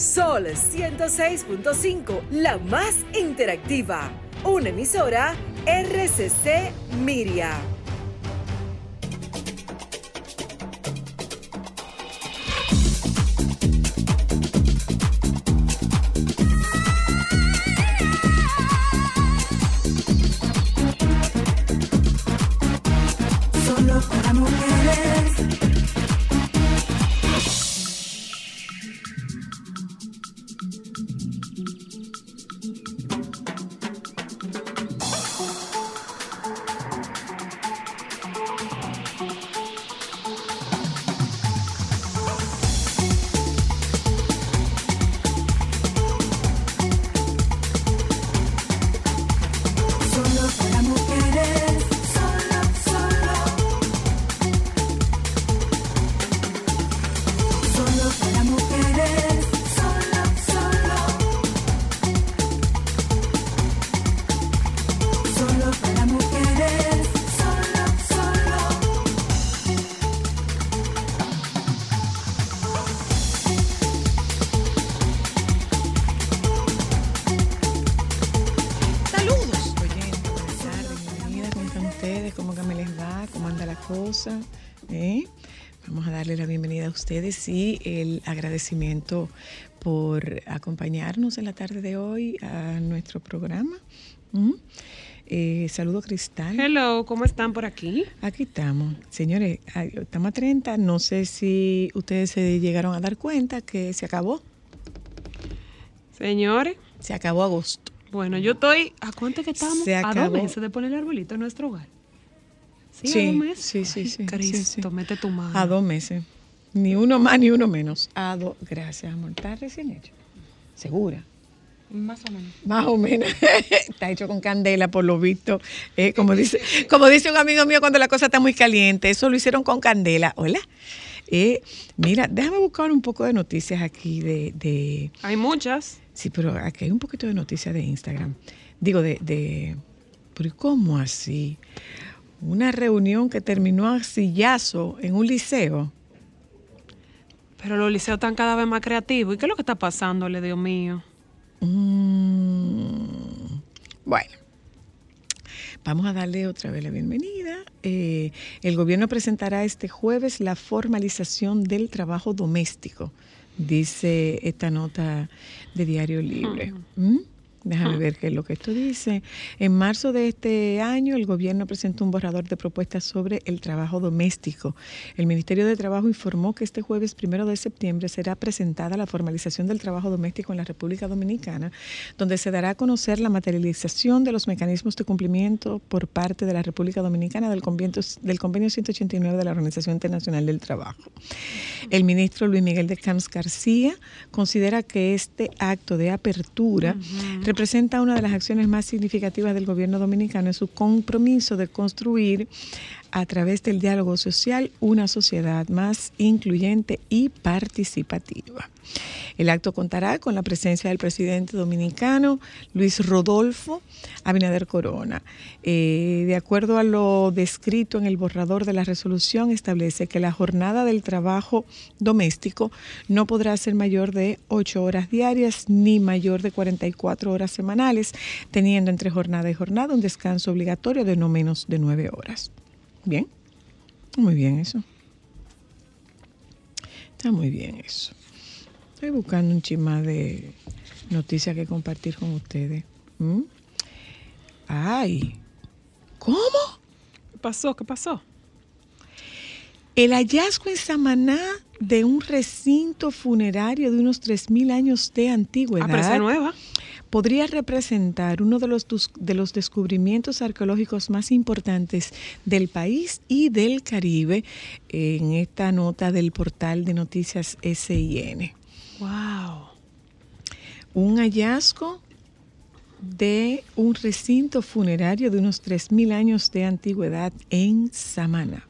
Sol 106.5, la más interactiva. Una emisora RCC Miria. Solo para mujeres. Vamos a darle la bienvenida a ustedes y el agradecimiento por acompañarnos en la tarde de hoy a nuestro programa. Saludo Cristal. Hello, ¿cómo están por aquí? Aquí estamos. Señores, estamos a 30. No sé si ustedes se llegaron a dar cuenta que se acabó. Señores. Se acabó agosto. Bueno, yo estoy... ¿A cuánto que estamos? Se acabó. A 2 meses de poner el arbolito en nuestro hogar. Sí, ¿a 2 meses? Sí. Cristo, sí. mete tu mano. A 2 meses. Ni uno más ni uno menos. Gracias, amor. ¿Está recién hecho? ¿Segura? Más o menos. Más o menos. Está hecho con candela, por lo visto. Como dice un amigo mío cuando la cosa está muy caliente. Eso lo hicieron con candela. Hola. Mira, déjame buscar un poco de noticias aquí de... Hay muchas. Sí, pero aquí hay un poquito de noticias de Instagram. Digo, ¿pero cómo así? Una reunión que terminó a sillazo en un liceo. Pero los liceos están cada vez más creativos. ¿Y qué es lo que está pasándole, Dios mío? Bueno, vamos a darle otra vez la bienvenida. El gobierno presentará este jueves la formalización del trabajo doméstico, dice esta nota de Diario Libre. Déjame ver qué es lo que esto dice. En marzo de este año, el gobierno presentó un borrador de propuestas sobre el trabajo doméstico. El Ministerio de Trabajo informó que este jueves 1 de septiembre será presentada la formalización del trabajo doméstico en la República Dominicana, donde se dará a conocer la materialización de los mecanismos de cumplimiento por parte de la República Dominicana del convenio 189 de la Organización Internacional del Trabajo. El ministro Luis Miguel de Camps García considera que este acto de apertura representa una de las acciones más significativas del gobierno dominicano en su compromiso de construir a través del diálogo social una sociedad más incluyente y participativa. El acto contará con la presencia del presidente dominicano Luis Rodolfo Abinader Corona. De acuerdo a lo descrito en el borrador de la resolución, establece que la jornada del trabajo doméstico no podrá ser mayor de 8 horas diarias ni mayor de 44 horas semanales, teniendo entre jornada y jornada un descanso obligatorio de no menos de 9 horas. Bien, muy bien eso. Está muy bien eso. Estoy buscando un chisme de noticias que compartir con ustedes. Ay, ¿cómo? ¿Qué pasó? El hallazgo en Samaná de un recinto funerario de unos 3.000 años de antigüedad. Pero esa nueva. Podría representar uno de los descubrimientos arqueológicos más importantes del país y del Caribe, en esta nota del portal de noticias SIN. ¡Wow! Un hallazgo de un recinto funerario de unos 3.000 años de antigüedad en Samaná.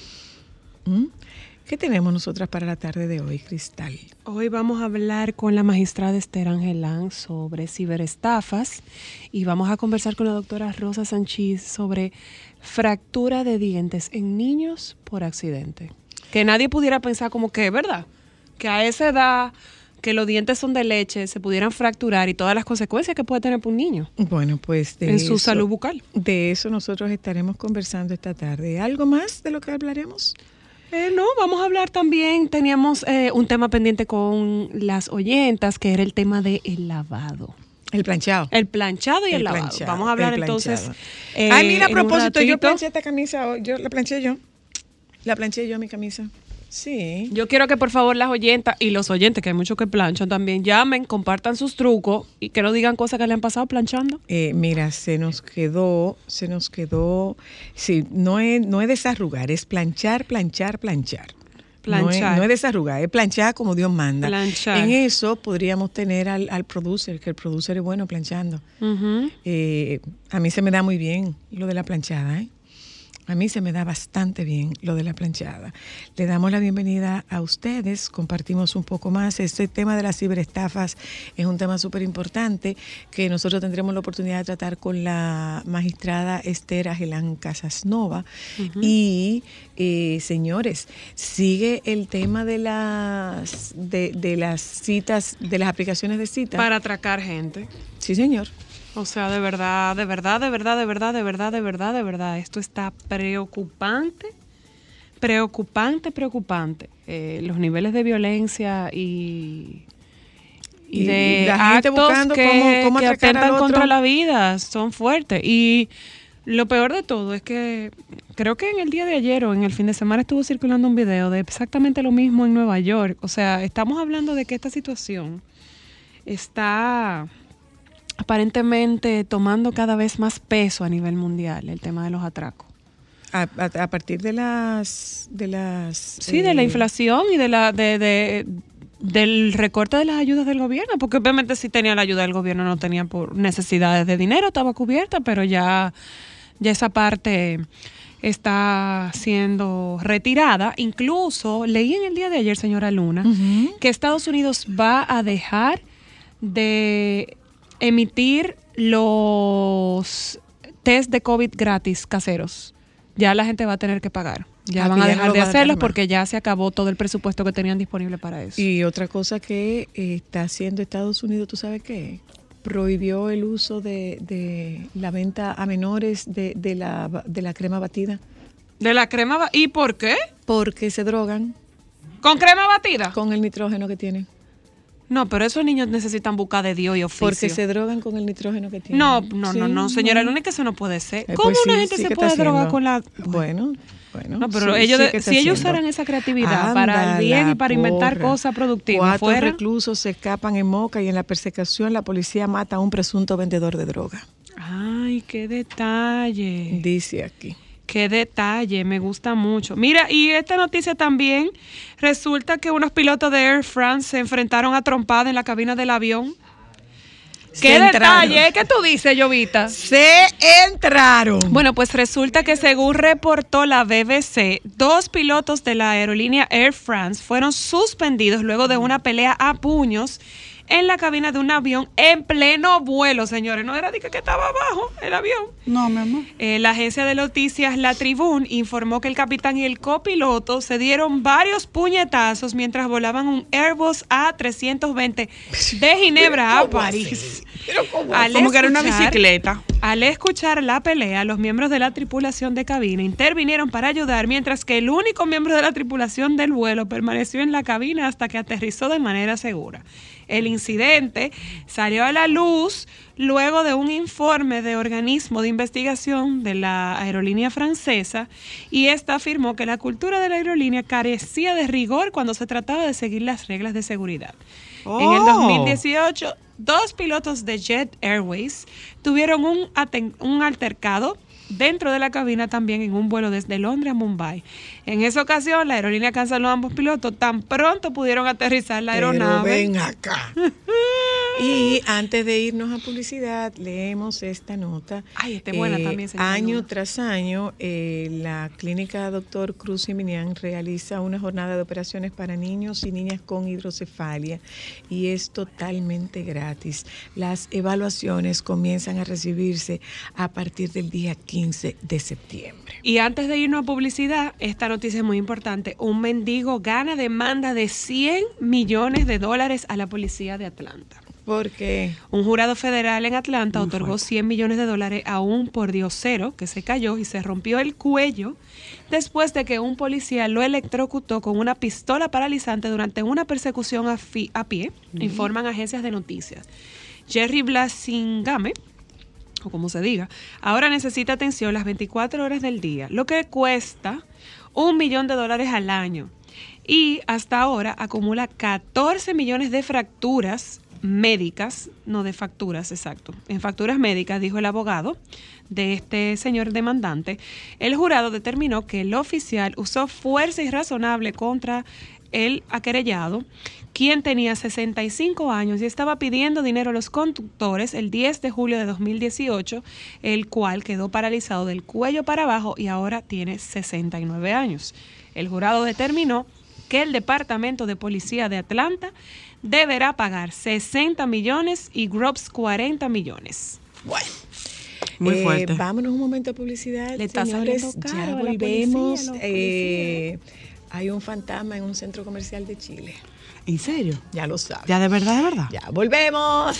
¿Qué tenemos nosotras para la tarde de hoy, Cristal? Hoy vamos a hablar con la magistrada Esther Angelán sobre ciberestafas y vamos a conversar con la doctora Rosa Sanchís sobre fractura de dientes en niños por accidente. Que nadie pudiera pensar como que, ¿verdad? Que a esa edad que los dientes son de leche se pudieran fracturar y todas las consecuencias que puede tener para un niño Bueno, pues en su salud bucal. De eso nosotros estaremos conversando esta tarde. ¿Algo más de lo que hablaremos? No, vamos a hablar también, teníamos un tema pendiente con las oyentas, que era el tema del lavado. El planchado. El planchado y el lavado. Planchado, vamos a hablar entonces. Ay, mira, a en propósito, un yo ratito. planché esta camisa hoy. La planché yo, mi camisa. Sí. Yo quiero que por favor las oyentas y los oyentes, que hay muchos que planchan también, llamen, compartan sus trucos y que no digan cosas que le han pasado planchando. Mira, se nos quedó, sí, no es desarrugar, es planchar. Planchar. No es desarrugar, es planchar como Dios manda. Planchar. En eso podríamos tener al producer, que el producer es bueno planchando. Ujú. A mí se me da muy bien lo de la planchada, ¿eh? A mí se me da bastante bien lo de la planchada. Le damos la bienvenida a ustedes, compartimos un poco más. Este tema de las ciberestafas es un tema súper importante que nosotros tendremos la oportunidad de tratar con la magistrada Esther Agelán Casasnova. Uh-huh. Y, señores, sigue el tema de las citas, de las aplicaciones de citas. Para atracar gente. Sí, señor. O sea, de verdad, esto está preocupante. Los niveles de violencia y de la gente actos buscando que cómo atracar atentan al otro contra la vida son fuertes. Y lo peor de todo es que creo que en el día de ayer o en el fin de semana estuvo circulando un video de exactamente lo mismo en Nueva York. O sea, estamos hablando de que esta situación está aparentemente tomando cada vez más peso a nivel mundial, el tema de los atracos. A partir de las de la inflación y del recorte de las ayudas del gobierno, porque obviamente si tenía la ayuda del gobierno no tenían por necesidades de dinero, estaba cubierta, pero ya esa parte está siendo retirada. Incluso leí en el día de ayer, señora Luna, uh-huh, que Estados Unidos va a dejar de emitir los test de COVID gratis caseros. Ya la gente va a tener que pagar. Ya van a dejar de hacerlos porque ya se acabó todo el presupuesto que tenían disponible para eso. Y otra cosa que está haciendo Estados Unidos, ¿tú sabes qué? Prohibió el uso de la venta a menores de la crema batida. ¿De la crema batida? ¿Y por qué? Porque se drogan. ¿Con crema batida? Con el nitrógeno que tienen. No, pero esos niños necesitan buscar de Dios y oficio. Porque se drogan con el nitrógeno que tienen. No, señora, lo único que eso no puede ser. ¿Cómo pues una gente se puede drogar con la...? Bueno. No, pero si ellos usaran esa creatividad para el bien y para inventar cosas productivas. 4 reclusos se escapan en Moca y en la persecución la policía mata a un presunto vendedor de droga. Ay, qué detalle. Dice aquí. Qué detalle, me gusta mucho. Mira, y esta noticia también, resulta que unos pilotos de Air France se enfrentaron a trompada en la cabina del avión. ¡Qué detalle! ¿Qué tú dices, Jovita? Se entraron. Bueno, pues resulta que según reportó la BBC, 2 pilotos de la aerolínea Air France fueron suspendidos luego de una pelea a puños en la cabina de un avión en pleno vuelo, señores. No era de que estaba abajo el avión. No, mi amor. La agencia de noticias La Tribune informó que el capitán y el copiloto se dieron varios puñetazos mientras volaban un Airbus A320 de Ginebra a París. Como que era una bicicleta. Al escuchar la pelea, los miembros de la tripulación de cabina intervinieron para ayudar, mientras que el único miembro de la tripulación del vuelo permaneció en la cabina hasta que aterrizó de manera segura. El incidente salió a la luz luego de un informe de organismo de investigación de la aerolínea francesa, y esta afirmó que la cultura de la aerolínea carecía de rigor cuando se trataba de seguir las reglas de seguridad. En el 2018, 2 pilotos de Jet Airways tuvieron un altercado dentro de la cabina también en un vuelo desde Londres a Mumbai. En esa ocasión, la aerolínea canceló a ambos pilotos tan pronto pudieron aterrizar la aeronave. Pero ven acá. Y antes de irnos a publicidad, leemos esta nota. Ay, está buena también, señora. Año tras año, la clínica Dr. Cruz Siminian realiza una jornada de operaciones para niños y niñas con hidrocefalia y es totalmente gratis. Las evaluaciones comienzan a recibirse a partir del día 15 de septiembre. Y antes de irnos a publicidad, esta noticia es muy importante. Un mendigo gana demanda de $100 millones a la policía de Atlanta. Porque un jurado federal en Atlanta otorgó $100 millones a un pordiosero que se cayó y se rompió el cuello después de que un policía lo electrocutó con una pistola paralizante durante una persecución a pie, informan agencias de noticias. Jerry Blasingame, o como se diga, ahora necesita atención las 24 horas del día, lo que cuesta $1 millón al año. Y hasta ahora acumula 14 millones de fracturas médicas, no de facturas, exacto, en facturas médicas, dijo el abogado de este señor demandante. El jurado determinó que el oficial usó fuerza irrazonable contra el aquerellado, quien tenía 65 años y estaba pidiendo dinero a los conductores el 10 de julio de 2018, el cual quedó paralizado del cuello para abajo y ahora tiene 69 años. El jurado determinó que el Departamento de Policía de Atlanta deberá pagar 60 millones y Grubbs 40 millones. Bueno. Muy fuerte. Vámonos un momento a publicidad, Le está señores. saliendo caro Ya a la volvemos. policía, Hay un fantasma en un centro comercial de Chile. ¿En serio? Ya lo sabes. ¿Ya de verdad, de verdad? Ya volvemos.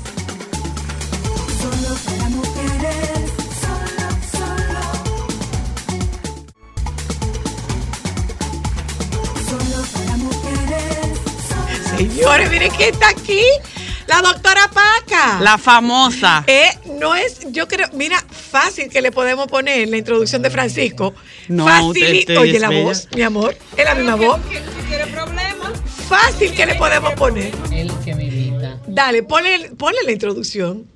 Solo para mujeres, solo para mujeres. Señores, miren que está aquí la doctora Paca. La famosa. No es, yo creo, mira, fácil que le podemos poner la introducción de Francisco. No, Facilito. Oye, es la bella. voz, mi amor, es la misma voz. ¿Tiene problemas? Fácil que le podemos poner. El que me invita. Dale, ponle la introducción.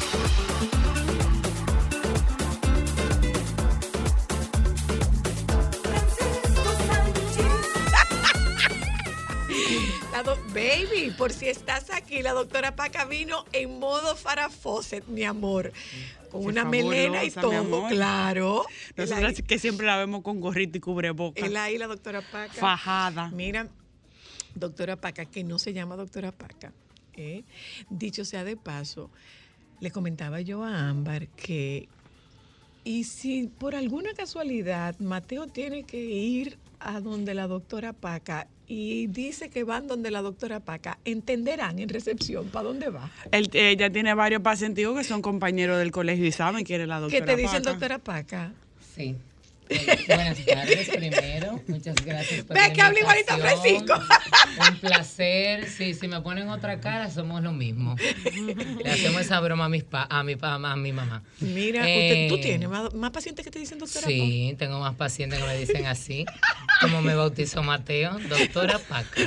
Baby, por si estás aquí, la doctora Paca vino en modo Farrah Fawcett, mi amor. Con Qué una fabulosa, melena y mi todo, amor. claro. Nosotras que siempre la vemos con gorrito y cubreboca. Él ahí, la doctora Paca. Fajada. Mira, doctora Paca, que no se llama doctora Paca. Dicho sea de paso, le comentaba yo a Ámbar que, y si por alguna casualidad Mateo tiene que ir a donde la doctora Paca y dice que van donde la doctora Paca, entenderán en recepción para dónde va. Ella tiene varios pacientes que son compañeros del colegio y saben quién es la doctora ¿Qué te dicen, Paca. doctora Paca? Sí. Buenas tardes primero. Muchas gracias por Ve la que habla igualito a invitación. Francisco. Un placer. Sí, si me ponen otra cara, somos lo mismo. Le hacemos esa broma a mi mamá. Mira, ¿tú tienes más pacientes que te dicen doctora Paca? Sí, tengo más pacientes que me dicen así. Como me bautizó Mateo, doctora Paca.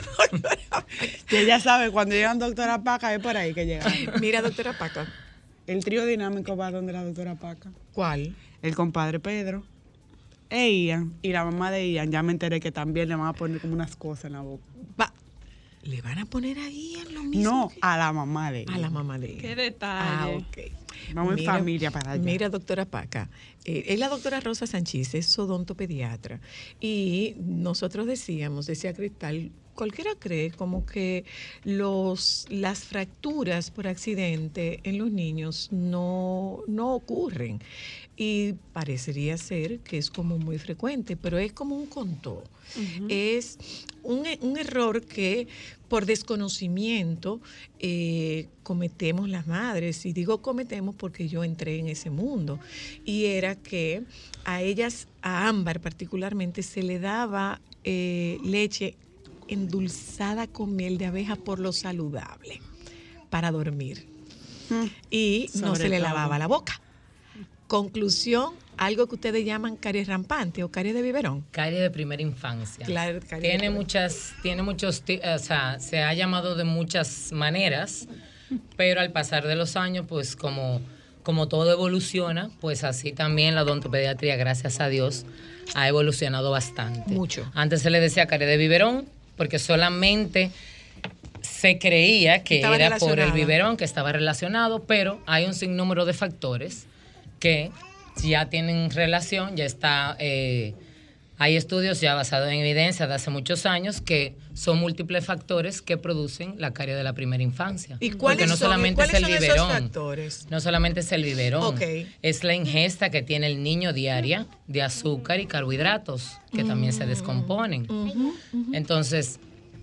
Y ella sabe, cuando llegan doctora Paca, es por ahí que llegan. Mira, doctora Paca. El trío dinámico va donde la doctora Paca. ¿Cuál? El compadre Pedro, Ian y la mamá de Ian. Ya me enteré que también le van a poner como unas cosas en la boca. ¿Le van a poner ahí en lo mismo? No, a la mamá de Ian. A la mamá de ella. Qué detalle. Ok. Vamos en familia para allá. Mira, doctora Paca, es la doctora Rosa Sánchez, es odontopediatra. Y nosotros decía Cristal, cualquiera cree como que las fracturas por accidente en los niños no ocurren. Y parecería ser que es como muy frecuente, pero es como un contó. Es un error que por desconocimiento cometemos las madres. Y digo cometemos porque yo entré en ese mundo. Y era que a ellas, a Ámbar particularmente, se le daba leche endulzada con miel de abeja por lo saludable para dormir. Y no se le lavaba la boca. Conclusión, algo que ustedes llaman caries rampante o caries de biberón. Caries de primera infancia. Claro, tiene muchos, o sea, se ha llamado de muchas maneras, pero al pasar de los años, pues como todo evoluciona, pues así también la odontopediatría, gracias a Dios, ha evolucionado bastante. Mucho. Antes se le decía caries de biberón, porque solamente Se creía que Estaba era por el relacionada. biberón, que estaba relacionado, pero hay un sinnúmero de factores que ya tienen relación, ya está... hay estudios ya basados en evidencia de hace muchos años que son múltiples factores que producen la carie de la primera infancia. ¿Y Porque cuáles no son, solamente cuáles es el son esos biberón, factores? no solamente es el biberón, Ok. es la ingesta que tiene el niño diaria de azúcar y carbohidratos que también se descomponen. Entonces,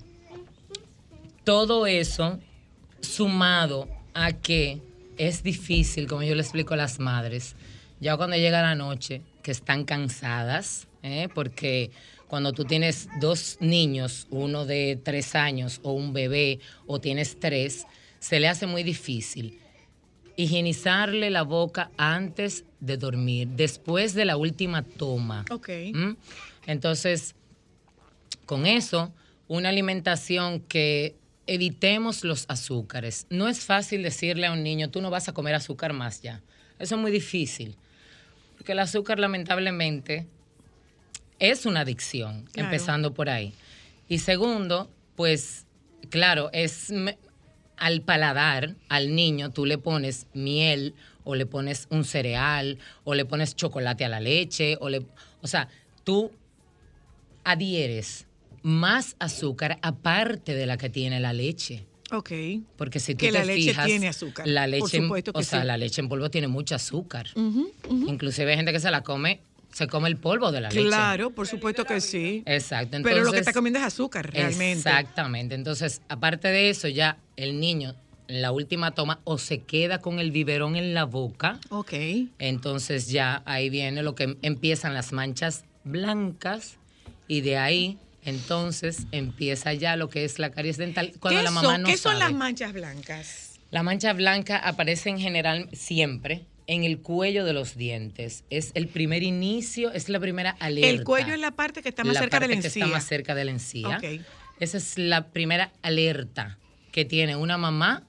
todo eso sumado a que es difícil, como yo le explico a las madres, ya cuando llega la noche, que están cansadas, porque cuando tú tienes 2 niños, uno de 3 años o un bebé, o tienes 3, se le hace muy difícil higienizarle la boca antes de dormir, después de la última toma. Ok. Entonces, con eso, una alimentación que evitemos los azúcares. No es fácil decirle a un niño, tú no vas a comer azúcar más ya. Eso es muy difícil. Porque el azúcar, lamentablemente, es una adicción, Claro. empezando por ahí. Y segundo, pues, claro, al paladar, al niño, tú le pones miel o le pones un cereal o le pones chocolate a la leche o sea, tú adhieres más azúcar aparte de la que tiene la leche. Ok. Porque si tú Que te la leche fijas, tiene azúcar. la leche, Por supuesto que o sea, sí. la leche en polvo tiene mucho azúcar. Inclusive hay gente que se come el polvo de la leche. Claro, por supuesto que sí. Exacto. Entonces, Pero lo que está comiendo es azúcar, realmente. Exactamente. Entonces, aparte de eso, ya el niño en la última toma o se queda con el biberón en la boca. Ok. Entonces ya ahí viene lo que empiezan las manchas blancas y de ahí entonces empieza ya lo que es la caries dental cuando la mamá no ¿Qué son sabe. las manchas blancas? La mancha blanca aparece en general siempre en el cuello de los dientes. Es el primer inicio, es la primera alerta. El cuello es la parte que está más cerca de la parte que encía. está más cerca de la encía. Ok. Esa es la primera alerta que tiene una mamá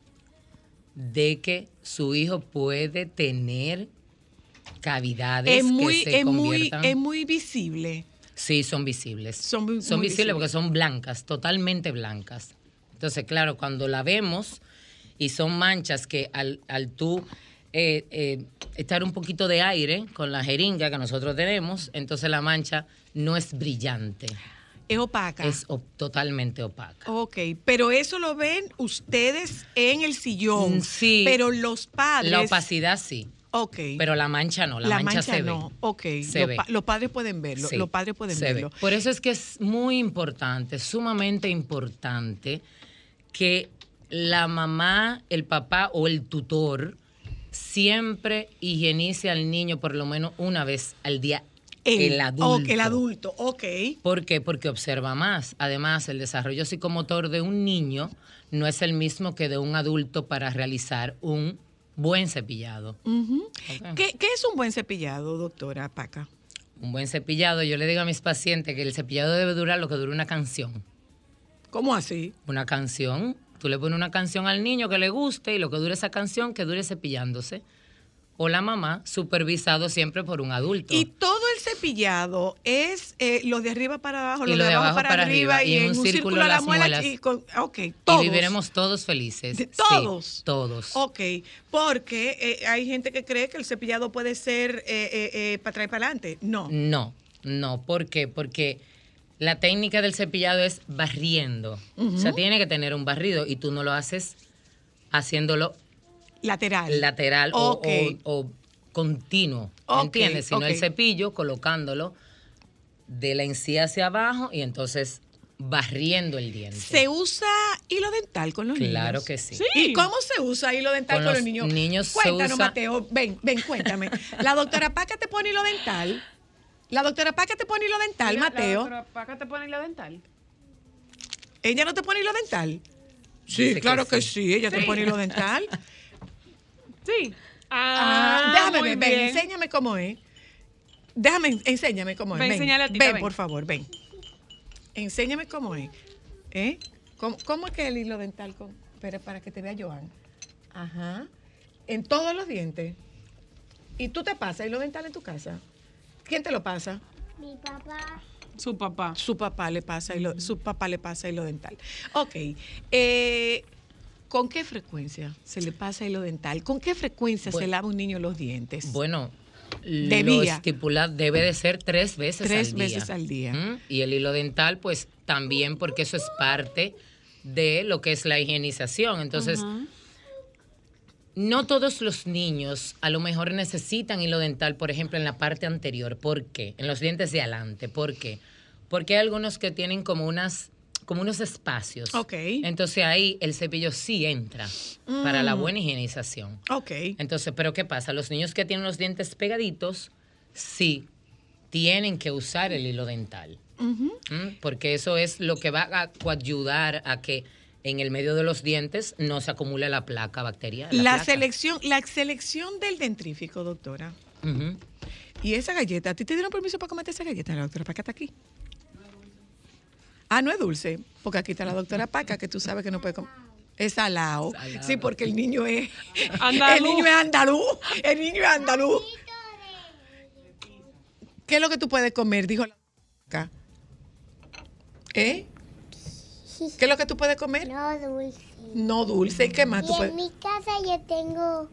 de que su hijo puede tener cavidades que se conviertan. Es muy visible. Sí, son visibles. Son muy visibles visibles. porque son blancas, totalmente blancas. Entonces, claro, cuando la vemos y son manchas que al tú estar un poquito de aire con la jeringa que nosotros tenemos, entonces la mancha no es brillante, Es opaca. es totalmente opaca. Ok, pero eso lo ven ustedes en el sillón. Sí. Pero los padres. La opacidad sí, Ok. pero la mancha no, la mancha se ve. no. Ok. Se ve. Los padres pueden verlo. Sí, Los padres pueden se ve. verlo. Por eso es que es muy importante, sumamente importante, que la mamá, el papá o el tutor siempre higienice al niño por lo menos una vez al día. El adulto. El adulto, ok. ¿Por qué? Porque observa más. Además, el desarrollo psicomotor de un niño no es el mismo que de un adulto para realizar un buen cepillado. Ok. ¿Qué es un buen cepillado, doctora Paca? Un buen cepillado, yo le digo a mis pacientes que el cepillado debe durar lo que dura una canción. ¿Cómo así? Una canción, tú le pones una canción al niño que le guste y lo que dure esa canción, que dure cepillándose. O la mamá, supervisado siempre por un adulto. Y todo el cepillado es lo de arriba para abajo, Y lo de abajo para arriba y en un círculo a la las muela. muelas. Ok, Y todos. viviremos todos felices. ¿De Sí, todos? todos. Ok, porque hay gente que cree que el cepillado puede ser para atrás y para adelante. No. No. ¿Por qué? Porque la técnica del cepillado es barriendo. O sea, tiene que tener un barrido y tú no lo haces haciéndolo lateral Ok. o continuo, Ok, ¿entiendes? Sino ok. el cepillo colocándolo de la encía hacia abajo y entonces barriendo el diente. ¿Se usa hilo dental con los niños? Claro que sí. ¿Y cómo se usa hilo dental Con con, los los niños? niños se Cuéntanos, usa- Mateo. Ven, cuéntame. La doctora Paca te pone hilo dental. La doctora Paca te pone hilo dental, Mateo. ¿Para qué te pone hilo dental? ¿Ella no te pone hilo dental? Sí, Dice que claro que sí. sí. Ella te pone hilo dental. Sí. Déjame muy ver, ven, bien. enséñame cómo es. Enséñame cómo es. Ven, enséñale a Tita, ven, ven. por favor, ven. Enséñame cómo es. ¿Eh? ¿Cómo es que el hilo dental? Espera, para que te vea Joan. Ajá. En todos los dientes. ¿Y tú te pasas hilo dental en tu casa? ¿Quién te lo pasa? Mi papá. Su papá. Su papá le pasa hilo dental. Ok. ¿Con qué frecuencia se le pasa hilo dental? ¿Con qué frecuencia se lava un niño los dientes? Bueno, lo estipulado debe de ser 3 veces al día. 3 veces al día. Y el hilo dental, pues también, porque eso es parte de lo que es la higienización. Entonces, no todos los niños a lo mejor necesitan hilo dental, por ejemplo, en la parte anterior. ¿Por qué? En los dientes de adelante. ¿Por qué? Porque hay algunos que tienen como unos espacios. Ok. Entonces ahí el cepillo sí entra para la buena higienización. Ok. Entonces, ¿pero qué pasa? Los niños que tienen los dientes pegaditos, sí tienen que usar el hilo dental. Porque eso es lo que va a ayudar a que en el medio de los dientes no se acumule la placa bacteriana. La selección del dentrífico, doctora. Y esa galleta, ¿a ti te dieron permiso para comerte esa galleta, la doctora Paca está aquí? Ah, no es dulce, porque aquí está la doctora Paca, que tú sabes que no puede comer. Es salado. Sí, porque el niño es andaluz. El niño es andaluz. ¿Qué es lo que tú puedes comer? Dijo la Paca. ¿Qué es lo que tú puedes comer? No dulce. No dulce. ¿Y qué más tú Y puedes? en mi casa yo tengo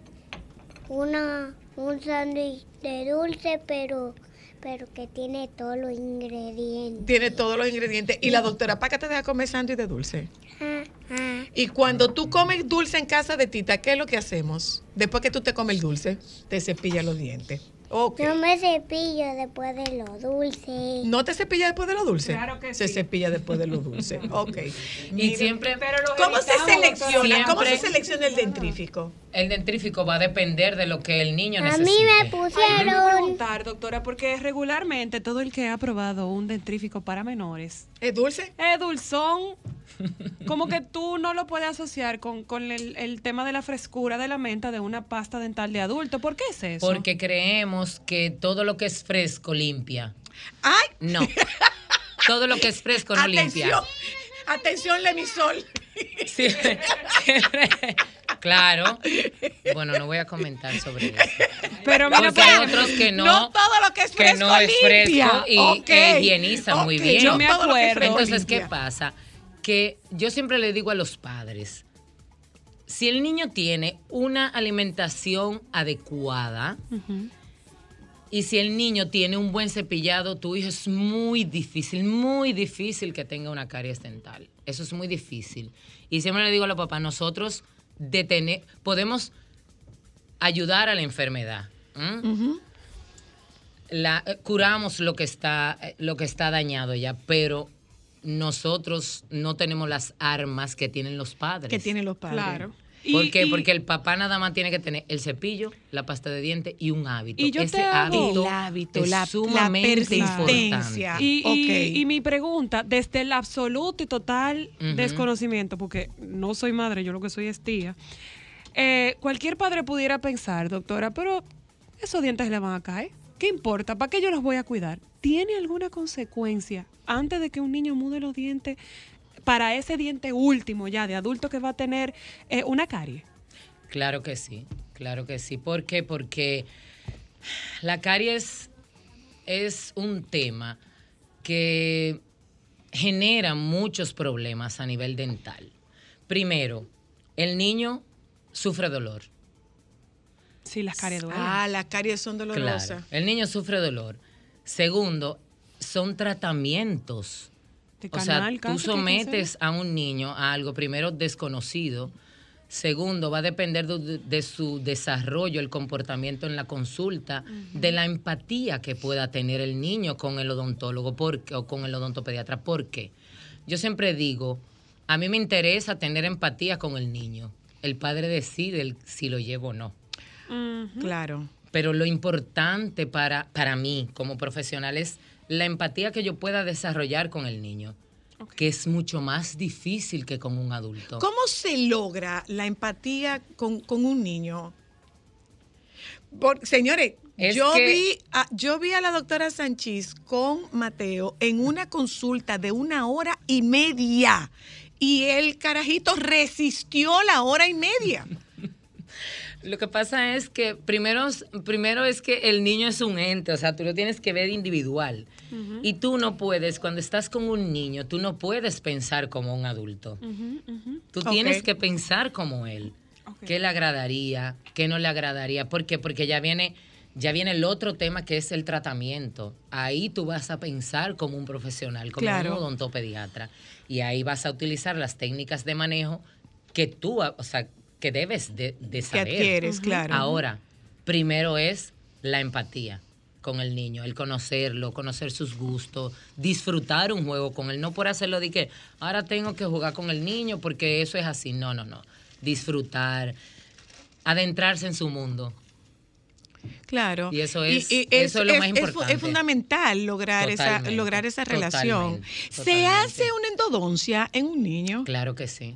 un sándwich de dulce, pero que tiene todos los ingredientes. Tiene todos los ingredientes. Y la doctora Paca te deja comer sándwich de dulce. Ajá. Y cuando tú comes dulce en casa de Tita, ¿qué es lo que hacemos? Después que tú te comes el dulce, te cepillas los dientes. Ok. No me cepillo después de lo dulce. ¿No te cepillas después de lo dulce? Claro que Se sí. cepilla después de lo dulce. Ok. Y Mira, siempre, ¿Cómo se selecciona? ¿Cómo se Siempre- selecciona el dentrífico? el dentrífico va a depender de lo que el niño A necesite. mí me Ay, déjame pusieron. preguntar, doctora, porque regularmente todo el que ha probado un dentrífico para menores ¿Es dulce? es dulzón. Como que tú no lo puedes asociar con el tema de la frescura de la menta de una pasta dental de adulto. ¿Por qué es eso? Porque creemos que todo lo que es fresco limpia. ¡Ay! No. Todo lo que es fresco no limpia. Atención, Lemisol. Sí, siempre. Claro. Bueno, no voy a comentar sobre eso. Pero mira, Porque hay otros que No todo lo que es fresco no es limpia. fresco y Ok. higienizan muy Ok, bien. Yo me todo lo que es acuerdo. fresco Entonces, ¿qué limpia. pasa? Que yo siempre le digo a los padres, si el niño tiene una alimentación adecuada y si el niño tiene un buen cepillado, tu hijo es muy difícil que tenga una caries dental. Eso es muy difícil. Y siempre le digo a los papás, nosotros podemos ayudar a la enfermedad. Curamos lo que está dañado ya, pero nosotros no tenemos las armas que tienen los padres. Que tienen los padres. Claro. ¿Por qué? Porque el papá nada más tiene que tener el cepillo, la pasta de dientes y un hábito. Y yo Ese te hago- El hábito, es la sumamente persistencia. importante. Y Ok. mi pregunta, desde el absoluto y total desconocimiento, porque no soy madre, yo lo que soy es tía, cualquier padre pudiera pensar, doctora, pero esos dientes le van a caer. ¿Qué importa? ¿Para qué yo los voy a cuidar? ¿Tiene alguna consecuencia antes de que un niño mude los dientes para ese diente último ya de adulto que va a tener una carie? Claro que sí. ¿Por qué? Porque la caries es un tema que genera muchos problemas a nivel dental. Primero, el niño sufre dolor. Sí, las caries duelen. Ah, las caries son dolorosas. Claro, el niño sufre dolor. Segundo, son tratamientos. De O sea, canal, tú casi, que sometes a un niño a algo, primero, desconocido. Segundo, va a depender de su desarrollo, el comportamiento en la consulta, de la empatía que pueda tener el niño con el odontólogo o con el odontopediatra. ¿Por qué? Yo siempre digo, a mí me interesa tener empatía con el niño. El padre decide si lo llevo o no. Claro. Pero lo importante para mí como profesional es la empatía que yo pueda desarrollar con el niño, que es mucho más difícil que con un adulto. ¿Cómo se logra la empatía con un niño? Señores, Es yo que- vi a la doctora Sánchez con Mateo en una consulta de 1 hora y media y el carajito resistió la 1 hora y media. Lo que pasa es que primero es que el niño es un ente, o sea, tú lo tienes que ver individual. Y tú no puedes, cuando estás con un niño, tú no puedes pensar como un adulto. Tú tienes que pensar como él. ¿Qué le agradaría? ¿Qué no le agradaría? ¿Por qué? Porque ya viene el otro tema que es el tratamiento. Ahí tú vas a pensar como un profesional, como un odontopediatra. Y ahí vas a utilizar las técnicas de manejo que tú, o sea, que debes de saber. Que adquieres, claro. Ahora, primero es la empatía con el niño, el conocerlo, conocer sus gustos, disfrutar un juego con él, no por hacerlo de que ahora tengo que jugar con el niño porque eso es así. No. Disfrutar, adentrarse en su mundo. Claro. Y eso es lo más importante. Es fundamental lograr esa relación. ¿Se Totalmente. hace una endodoncia en un niño? Claro que sí.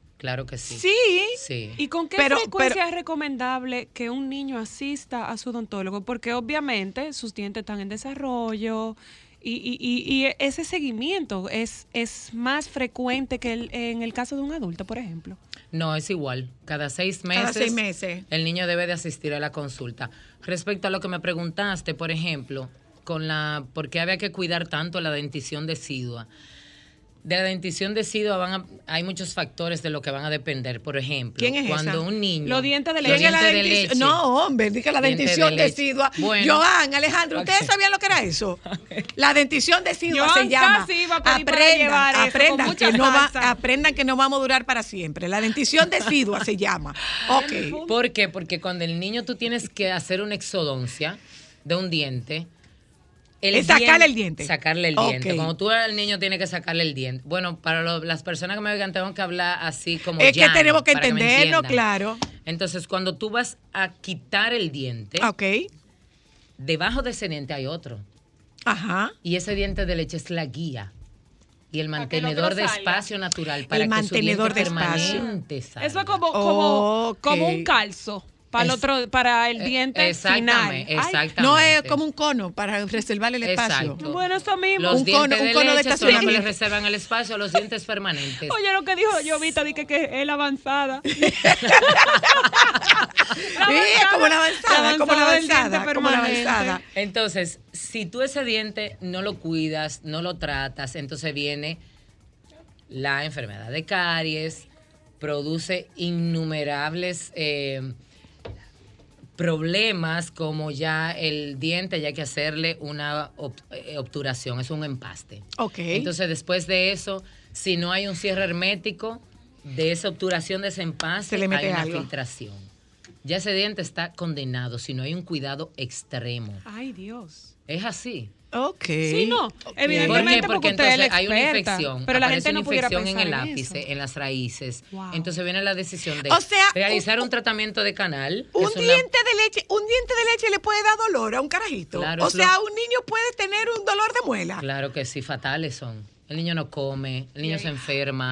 Sí. ¿Y con qué frecuencia es recomendable que un niño asista a su odontólogo? Porque obviamente sus dientes están en desarrollo y ese seguimiento es más frecuente que en el caso de un adulto, por ejemplo. No, es igual. Cada 6 meses. El niño debe de asistir a la consulta. Respecto a lo que me preguntaste, por ejemplo, ¿por qué había que cuidar tanto la dentición decidua? De la dentición decidua hay muchos factores de lo que van a depender. Por ejemplo, ¿quién es cuando esa? un niño... Los dientes de los leche. dientes de leche. No, hombre, diga la dentición decidua. Bueno, Joan, Alejandro, ¿ustedes sabían lo que era eso? La dentición decidua Joan se llama. casi iba a pedir para llevar eso, con mucha salsa. Aprendan que no vamos a durar para siempre. La dentición decidua se llama. Ok. ¿Por qué? Porque cuando el niño tú tienes que hacer una exodoncia de un diente... Sacarle el diente. Sacarle el diente. Cuando tú al niño tienes que sacarle el diente. Bueno, para las personas que me oigan, tengo que hablar así como es llano, que tenemos que para entenderlo, me claro. Entonces, cuando tú vas a quitar el diente, debajo de ese diente hay otro. Ajá. Y ese diente de leche es la guía. Y el mantenedor de espacio natural para que su diente permanente salga. Eso es como un calzo. Para el diente final. Exactamente. No es como un cono para reservar el espacio. Exacto. Bueno, eso mismo. Los dientes de leche de son los que le reservan el espacio a los dientes permanentes. Oye, lo que dijo Jovita, dije que es la avanzada. Es como la avanzada. Entonces, si tú ese diente no lo cuidas, no lo tratas, entonces viene la enfermedad de caries, produce innumerables problemas, como ya el diente, ya hay que hacerle una obturación, es un empaste. Entonces, después de eso, si no hay un cierre hermético de esa obturación, de ese empaste, hay una filtración. Ya ese diente está condenado si no hay un cuidado extremo. Ay, Dios. Es así. Sí, no. Evidentemente porque entonces hay una infección, pero la gente no pudiera infección en pensar el ápice, en las raíces. Wow. Entonces viene la decisión de O sea, realizar un tratamiento de canal. Un diente de leche le puede dar dolor a un carajito. Claro, un niño puede tener un dolor de muela. Claro que sí, fatales son. El niño no come, el niño se enferma.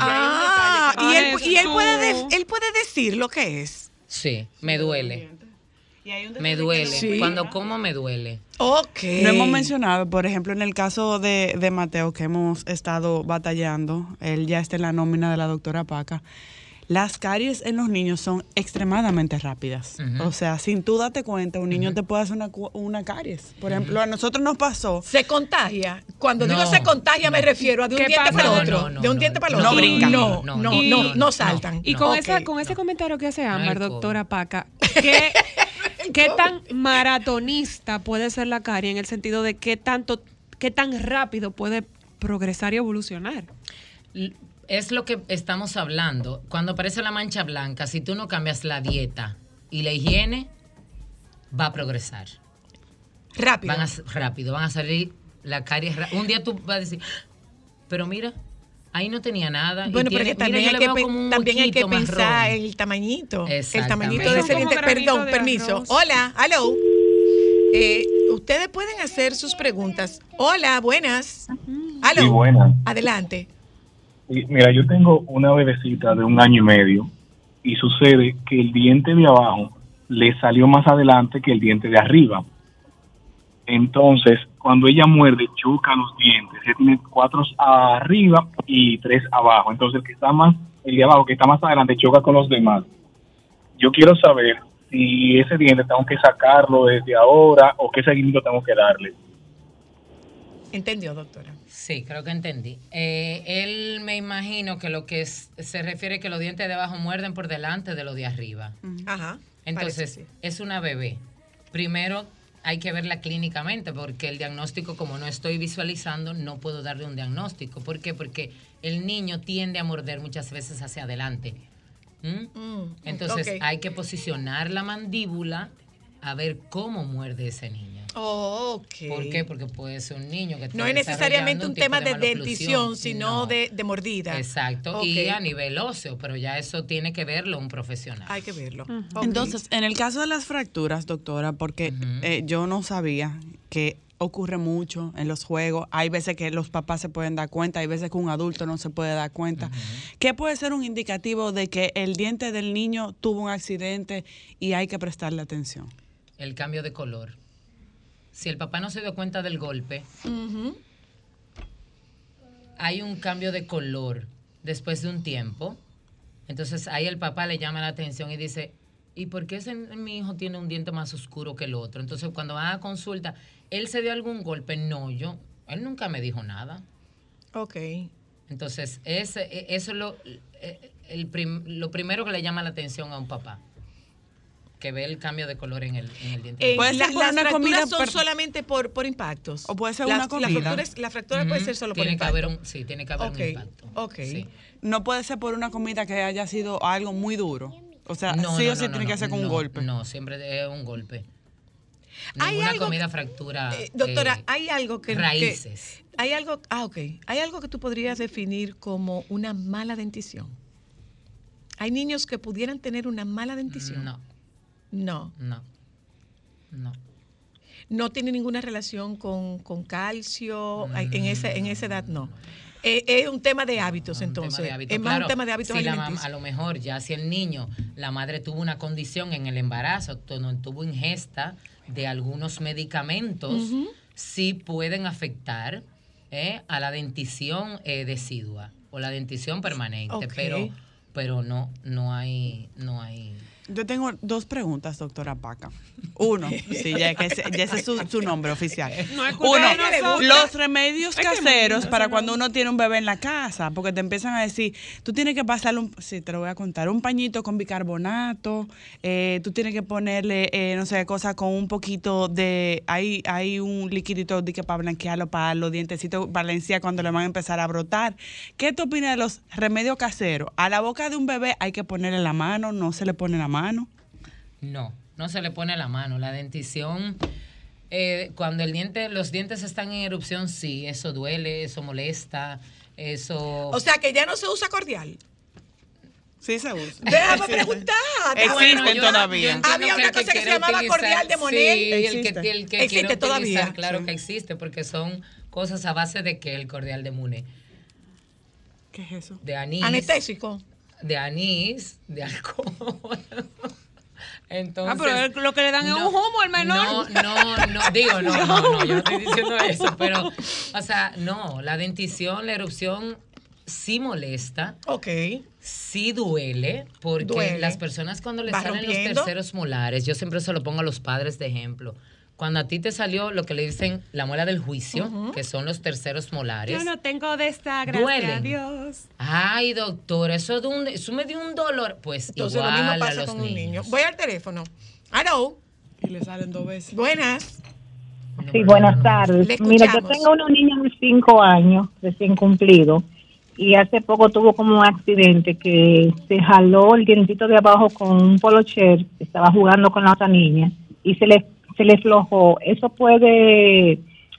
Y él puede decir lo que es. Sí, me duele. Me duele. Sí. Cuando como me duele. No hemos mencionado, por ejemplo, en el caso de Mateo, que hemos estado batallando, él ya está en la nómina de la doctora Paca. Las caries en los niños son extremadamente rápidas. O sea, sin tú darte cuenta, un niño te puede hacer una caries. Por ejemplo, a nosotros nos pasó. ¿Se contagia? Cuando digo se contagia, me refiero a de un diente para el otro. De un diente para el otro. No brincan. No saltan. Y con ese comentario que hace Ámbar, doctora Paca, ¿qué tan maratonista puede ser la carie en el sentido de qué tan rápido puede progresar y evolucionar? Es lo que estamos hablando. Cuando aparece la mancha blanca, si tú no cambias la dieta y la higiene, va a progresar. Rápido. Van a salir la caries. Un día tú vas a decir, pero mira, ahí no tenía nada. Bueno, y porque también hay que pensar el tamañito. El tamañito de ese diente. Perdón, permiso. Hola, hello. Ustedes pueden hacer sus preguntas. Hola, buenas. Hello. Sí, buenas. Adelante. Mira, yo tengo una bebecita de 1 año y medio y sucede que el diente de abajo le salió más adelante que el diente de arriba. Entonces, cuando ella muerde, choca los dientes. Ella tiene 4 arriba y 3 abajo. Entonces, el de abajo, que está más adelante, choca con los demás. Yo quiero saber si ese diente tengo que sacarlo desde ahora o qué seguimiento tengo que darle. ¿Entendió, doctora? Sí, creo que entendí. Él me imagino que lo que se refiere que los dientes de abajo muerden por delante de los de arriba. Ajá. Entonces, parece, sí. es una bebé. Primero hay que verla clínicamente porque el diagnóstico, como no estoy visualizando, no puedo darle un diagnóstico. ¿Por qué? Porque el niño tiende a morder muchas veces hacia adelante. Entonces, ok. hay que posicionar la mandíbula a ver cómo muerde ese niño. Oh, ok. ¿Por qué? Porque puede ser un niño que No está es necesariamente desarrollando un tipo tema de maloclusión. dentición, sino No. de mordida. Exacto, Ok. y a nivel óseo, pero ya eso tiene que verlo un profesional. Hay que verlo. Ok. Entonces, en el caso de las fracturas, doctora, porque yo no sabía que ocurre mucho en los juegos, hay veces que los papás se pueden dar cuenta, hay veces que un adulto no se puede dar cuenta. ¿Qué puede ser un indicativo de que el diente del niño tuvo un accidente y hay que prestarle atención? El cambio de color. Si el papá no se dio cuenta del golpe, hay un cambio de color después de un tiempo. Entonces ahí el papá le llama la atención y dice, ¿y por qué mi hijo tiene un diente más oscuro que el otro? Entonces cuando van a consulta, ¿él se dio algún golpe? No, él nunca me dijo nada. Ok. Entonces eso es lo primero que le llama la atención a un papá, que ve el cambio de color en el diente. Puede ser por las una fracturas comida son solamente por impactos. O puede ser una comida. La fractura puede ser solo por Tiene que impacto. haber tiene que haber Ok, un impacto. ok. Sí. No puede ser por una comida que haya sido algo muy duro. O sea, No, sí no, o sí no, tiene no, que ser con un no, golpe. No, siempre es un golpe. Hay Ninguna algo- comida fractura. Doctora, hay algo que... raíces. Hay algo que tú podrías definir como una mala dentición. ¿Hay niños que pudieran tener una mala dentición? No, No. no. No tiene ninguna relación con calcio. En esa edad no. Es un tema de hábitos, entonces. Tema de hábito. Es más Claro, un tema de hábitos si alimenticios. a lo mejor ya si el niño, la madre tuvo una condición en el embarazo, no tuvo ingesta de algunos medicamentos, sí pueden afectar a la dentición decidua o la dentición permanente, Ok. pero no hay. Yo tengo dos preguntas, doctora Paca. Uno, sí, ya ese es su nombre oficial. No es culpa Uno, de nosotros. los remedios caseros para cuando uno tiene un bebé en la casa, porque te empiezan a decir, tú tienes que pasarle te lo voy a contar, un pañito con bicarbonato, tú tienes que ponerle, no sé, cosas con un poquito de, hay un liquidito de que para blanquearlo, para los dientecitos valencia cuando le van a empezar a brotar. ¿Qué tú opinas de los remedios caseros? A la boca de un bebé hay que ponerle la mano, no se le pone la mano. No se le pone la mano. La dentición, cuando los dientes están en erupción, sí, eso duele, eso molesta, eso... O sea, que ya no se usa cordial. Sí se usa. Déjame preguntar. Existen todavía. entiendo Había una el cosa que se quiere llamaba utilizar, cordial de Monel. Sí, el Existe. que quiere Existe todavía. utilizar, claro Sí. que existe, porque son cosas a base de que el cordial de Mune, ¿Qué es eso? de anís, Anestésico. de alcohol. Entonces, pero lo que le dan es un humo al menor. No, yo no estoy diciendo eso, pero, o sea, no, la dentición, la erupción sí molesta, Ok. sí duele, porque Duele. las personas cuando les Va salen los rompiendo. terceros molares, yo siempre se lo pongo a los padres de ejemplo. Cuando a ti te salió lo que le dicen la muela del juicio, que son los terceros molares. Yo no tengo de esta, gracias Duelen. a Dios. Ay, doctor, eso me dio un dolor. Pues Entonces igual lo mismo a pasa los con un niño. niños. Voy al teléfono. Hello. Y le salen 2 veces. Buenas. Sí, buenas tardes. Le Mira, yo escuchamos. tengo una niña de 5 años, recién cumplido, y hace poco tuvo como un accidente que se jaló el dientito de abajo con un polocher, que estaba jugando con la otra niña, y se le flojó. Eso puede,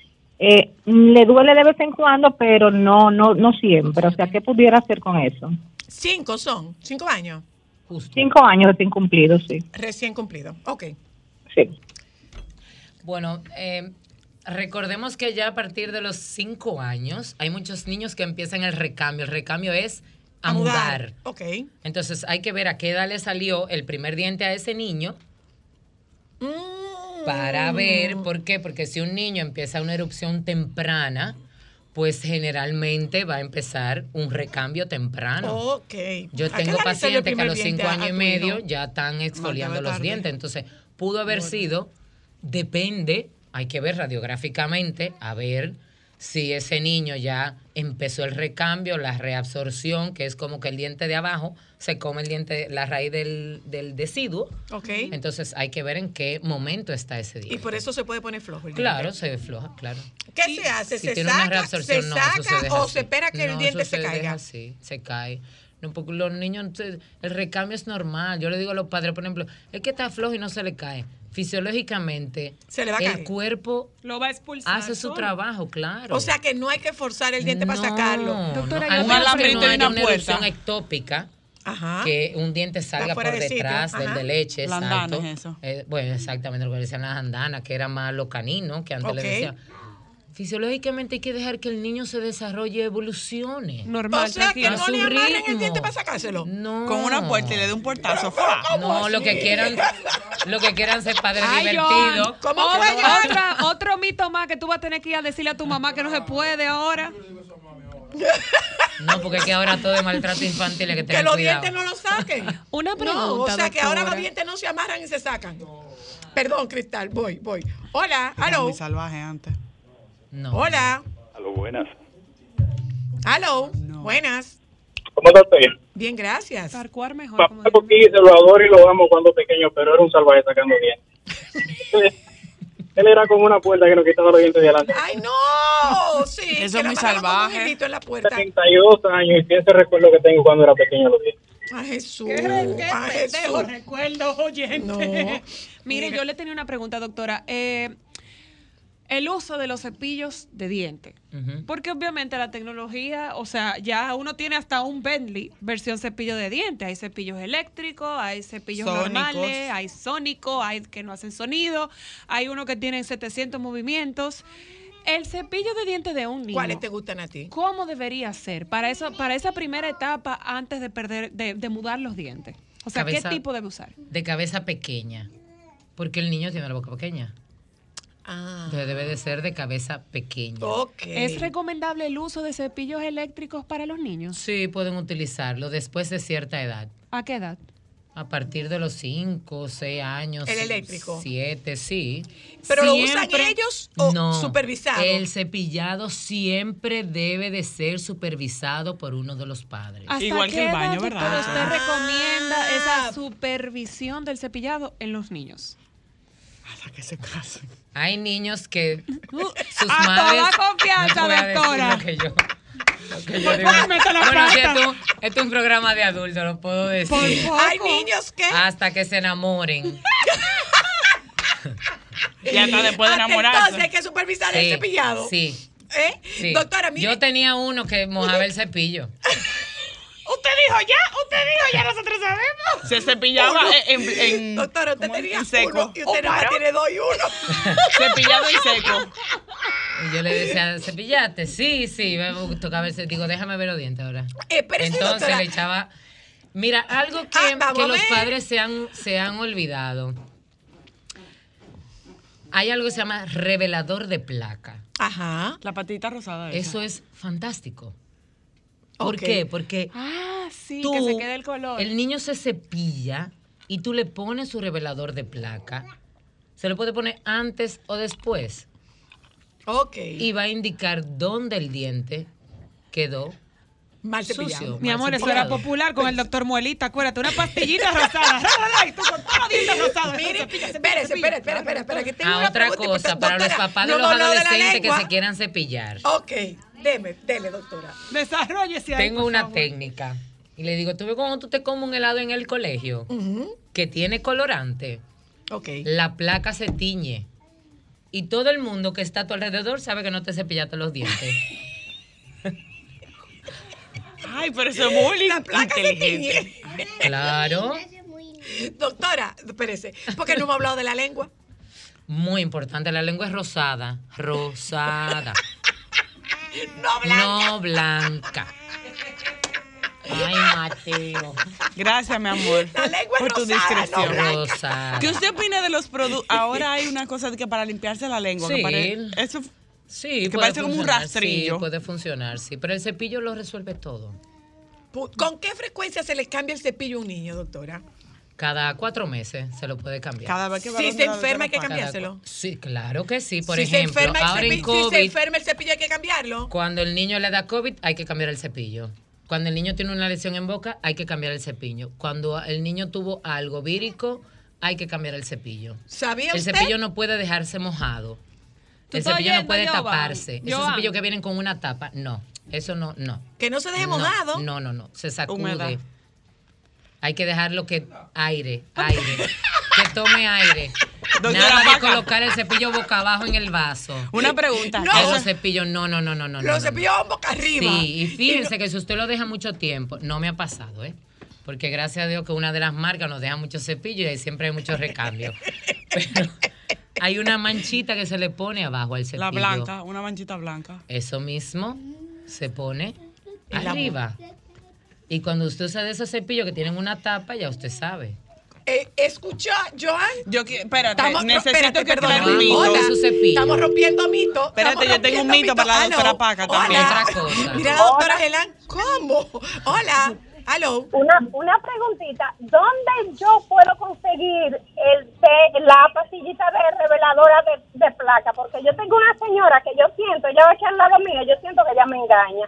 le duele de vez en cuando, pero no siempre. O sea, ¿qué pudiera hacer con eso? 5 años. Justo. 5 años recién cumplidos, sí. Recién cumplido. Ok. Sí. Bueno, recordemos que ya a partir de los 5 años hay muchos niños que empiezan el recambio. El recambio es a mudar. Ok. Entonces hay que ver a qué edad le salió el primer diente a ese niño para ver, ¿por qué? Porque si un niño empieza una erupción temprana, pues generalmente va a empezar un recambio temprano. Ok. Yo ¿A qué tengo edad le salió el pacientes que a primer los 5 diente a años y tu medio hijo? ya están exfoliando No, te ve los tarde. dientes. Entonces, pudo haber sido, depende, hay que ver radiográficamente, a ver si ese niño ya empezó el recambio, la reabsorción, que es como que el diente de abajo se come el diente, la raíz del deciduo. Ok. Entonces hay que ver en qué momento está ese Y diente. por eso se puede poner flojo el diente. Claro, se floja, claro. ¿Qué se hace? Si ¿Se tiene una saca, reabsorción, se no, eso saca deja o así. se espera que el No, diente eso se deja caiga? así, se cae. No, porque los niños, el recambio es normal. Yo le digo a los padres, por ejemplo, es que está flojo y no se le cae. Fisiológicamente, Se le va a el caer. cuerpo Lo va a expulsar. hace su solo. trabajo, claro. O sea que no hay que forzar el diente para sacarlo. Doctora, no, yo al tengo menos que alambrito no y haya una una erupción puerta. ectópica, Ajá. que un diente salga fuera por de sitio, detrás del ajá. de leche. La exacto. andana es eso. Bueno, exactamente lo que decían las andanas, que eran más los caninos, que antes Ok. le decían. Fisiológicamente hay que dejar que el niño se desarrolle, evolucione. Normal, O sea que A no su le amarren el ritmo. diente para sacárselo. No. Con una puerta y le dé un portazo. ¡Fua! No, lo que quieran ser padres Ay, divertidos. Joan, ¿Cómo fue, otro mito más que tú vas a tener que ir a decirle a tu mamá que no se puede ahora. No, porque es que ahora todo es maltrato infantil, hay que Que tener los cuidado. dientes no lo saquen. Una pregunta, No, o sea que ahora doctora. los dientes no se amarran y se sacan. Perdón, Cristal, voy. Hola, Era aló. muy salvaje antes. No. Hola, Aló, buenas. aló. Buenas. ¿Cómo está usted? Bien, gracias. Tarcuar mejor. Papá como Coquí se lo adoro y lo amo cuando pequeño, pero era un salvaje sacando dientes. Él era como una puerta que nos quitaba los dientes de adelante. Ay, no. Sí. Eso que es lo muy amarraba como un salvaje. hilito en la puerta. 32 años y ese recuerdo que tengo cuando era pequeño los dientes. A Jesús. ¿Qué a pendejo Jesús. recuerdo, oyente? No. Mire, yo le tenía una pregunta, doctora. El uso de los cepillos de diente. Ujú. Porque obviamente la tecnología, o sea, ya uno tiene hasta un Bentley versión cepillo de diente. Hay cepillos eléctricos, hay cepillos Sónicos. normales, hay sónicos, hay que no hacen sonido, hay uno que tiene 700 movimientos. El cepillo de diente de un niño. ¿Cuáles te gustan a ti? ¿Cómo debería ser para esa primera etapa antes de mudar los dientes? O sea, Cabeza- ¿qué tipo debe usar? De cabeza pequeña, porque el niño tiene la boca pequeña. Ah. Entonces debe de ser de cabeza pequeña. Ok. ¿Es recomendable el uso de cepillos eléctricos para los niños? Sí, pueden utilizarlo después de cierta edad. ¿A qué edad? A partir de los 5, 6 años. ¿El eléctrico? 7, sí. ¿Pero lo usan Siempre- ellos o No, supervisado? El cepillado siempre debe de ser supervisado por uno de los padres. ¿Hasta Igual qué que el edad, baño, doctora, ¿verdad? usted recomienda esa supervisión del cepillado en los niños? Hasta que se casen. Hay niños que sus A madres... toda confianza, no voy a decir doctora. lo que yo- lo que yo Por digo. favor, meta la Bueno, sí, pata. esto es un programa de adultos, lo puedo decir. Por poco. Hay niños que... Hasta que se enamoren. Y hasta después de Hasta enamorarse. entonces hay que supervisar el Sí, cepillado. Sí, ¿Eh? sí. Doctora, mire. Yo tenía uno que mojaba el cepillo. Usted dijo ya nosotros sabemos. Se cepillaba en Doctora, usted ¿cómo es? tenía En seco. uno y usted nada más tiene 2 y 1. Cepillado en seco. Y yo le decía, ¿cepillaste? Sí, sí. Me tocaba ver, digo, déjame ver los dientes ahora. Espérese, Entonces doctora. le echaba... Mira, algo Vamos que a los ver. padres se han olvidado. Hay algo que se llama revelador de placa. Ajá. La patita rosada esa. Eso es fantástico. ¿Por Ok. qué? Porque Ah, sí, tú, que se quede el color. el niño se cepilla y tú le pones su revelador de placa. Se lo puede poner antes o después. Ok. Y va a indicar dónde el diente quedó Mal sucio. cepillado. Mi mal amor, eso era cepillado. popular con el doctor Muelita, acuérdate, una pastillita rosada. Y tú con todos los dientes rosados. Mire, Cepilla, espérese, cepilla. espera, que tengo A una otra pregunta cosa, importante. para los Doctora, papás de no los hemos hablado de la adolescentes que lengua. se quieran cepillar. Ok, dele, doctora. Desarrollese ahí, Tengo por una favor. técnica. Y le digo, ¿tú ves cuando tú te comes un helado en el colegio que tiene colorante? Ok. La placa se tiñe. Y todo el mundo que está a tu alrededor sabe que no te cepillaste los dientes. Ay, pero eso es muy La placa se inteligente. tiñe. Claro. Doctora, espérese, porque no hemos hablado de la lengua. Muy importante. La lengua es rosada. Rosada. No blanca. No blanca. Ay, Mateo. Gracias, mi amor. La lengua es por tu rosada, no discreción. blanca. Rosada. ¿Qué usted opina de los productos? Ahora hay una cosa de que para limpiarse la lengua. Sí. Que eso Sí, Que puede parece como un funcionar, rastrillo. Sí, puede funcionar, sí. Pero el cepillo lo resuelve todo. ¿Con qué frecuencia se le cambia el cepillo a un niño, doctora? Cada 4 meses se lo puede cambiar. Cada vez que va Si donde se la enferma hay que doctora Paca. cambiárselo. Sí, claro que sí. Por Si se ejemplo, enferma ahora en si se COVID, enferma el cepillo hay que cambiarlo. cuando el niño le da COVID, hay que cambiar el cepillo. Cuando el niño tiene una lesión en boca, hay que cambiar el cepillo. Cuando el niño tuvo algo vírico, hay que cambiar el cepillo. ¿Sabía El usted? cepillo no puede dejarse mojado. ¿Tú El estás cepillo no oyendo, puede Jovan? taparse. Esos Jovan. cepillos que vienen con una tapa, no. Eso no. Que no se deje No, mojado. No. Se sacude. Humedad. Hay que dejarlo que aire. Que tome aire. Doctora Nada de Paca. colocar el cepillo boca abajo en el vaso. Una pregunta. No. Eso- Esos cepillos, no. Los cepillos van boca arriba. Sí, y fíjense que si usted lo deja mucho tiempo, no me ha pasado, ¿eh? Porque gracias a Dios que una de las marcas nos deja muchos cepillos y ahí siempre hay muchos recambios. Pero hay una manchita que se le pone abajo al cepillo. La blanca, una manchita blanca. Eso mismo se pone arriba. Y cuando usted usa de esos cepillos que tienen una tapa, ya usted sabe. ¿Escuchó, Joan? Espérate, necesito que perdona. aclare un mito. Hola, Su cepillo. estamos rompiendo mitos. Espérate, yo tengo un mito para la doctora Paca también. Hola. Otra cosa. Mira, la doctora Gelan, ¿cómo? Hola, aló. Una preguntita, ¿dónde yo puedo conseguir la pastillita de reveladora de placa? Porque yo tengo una señora que yo siento, ella va aquí al lado mío, yo siento que ella me engaña.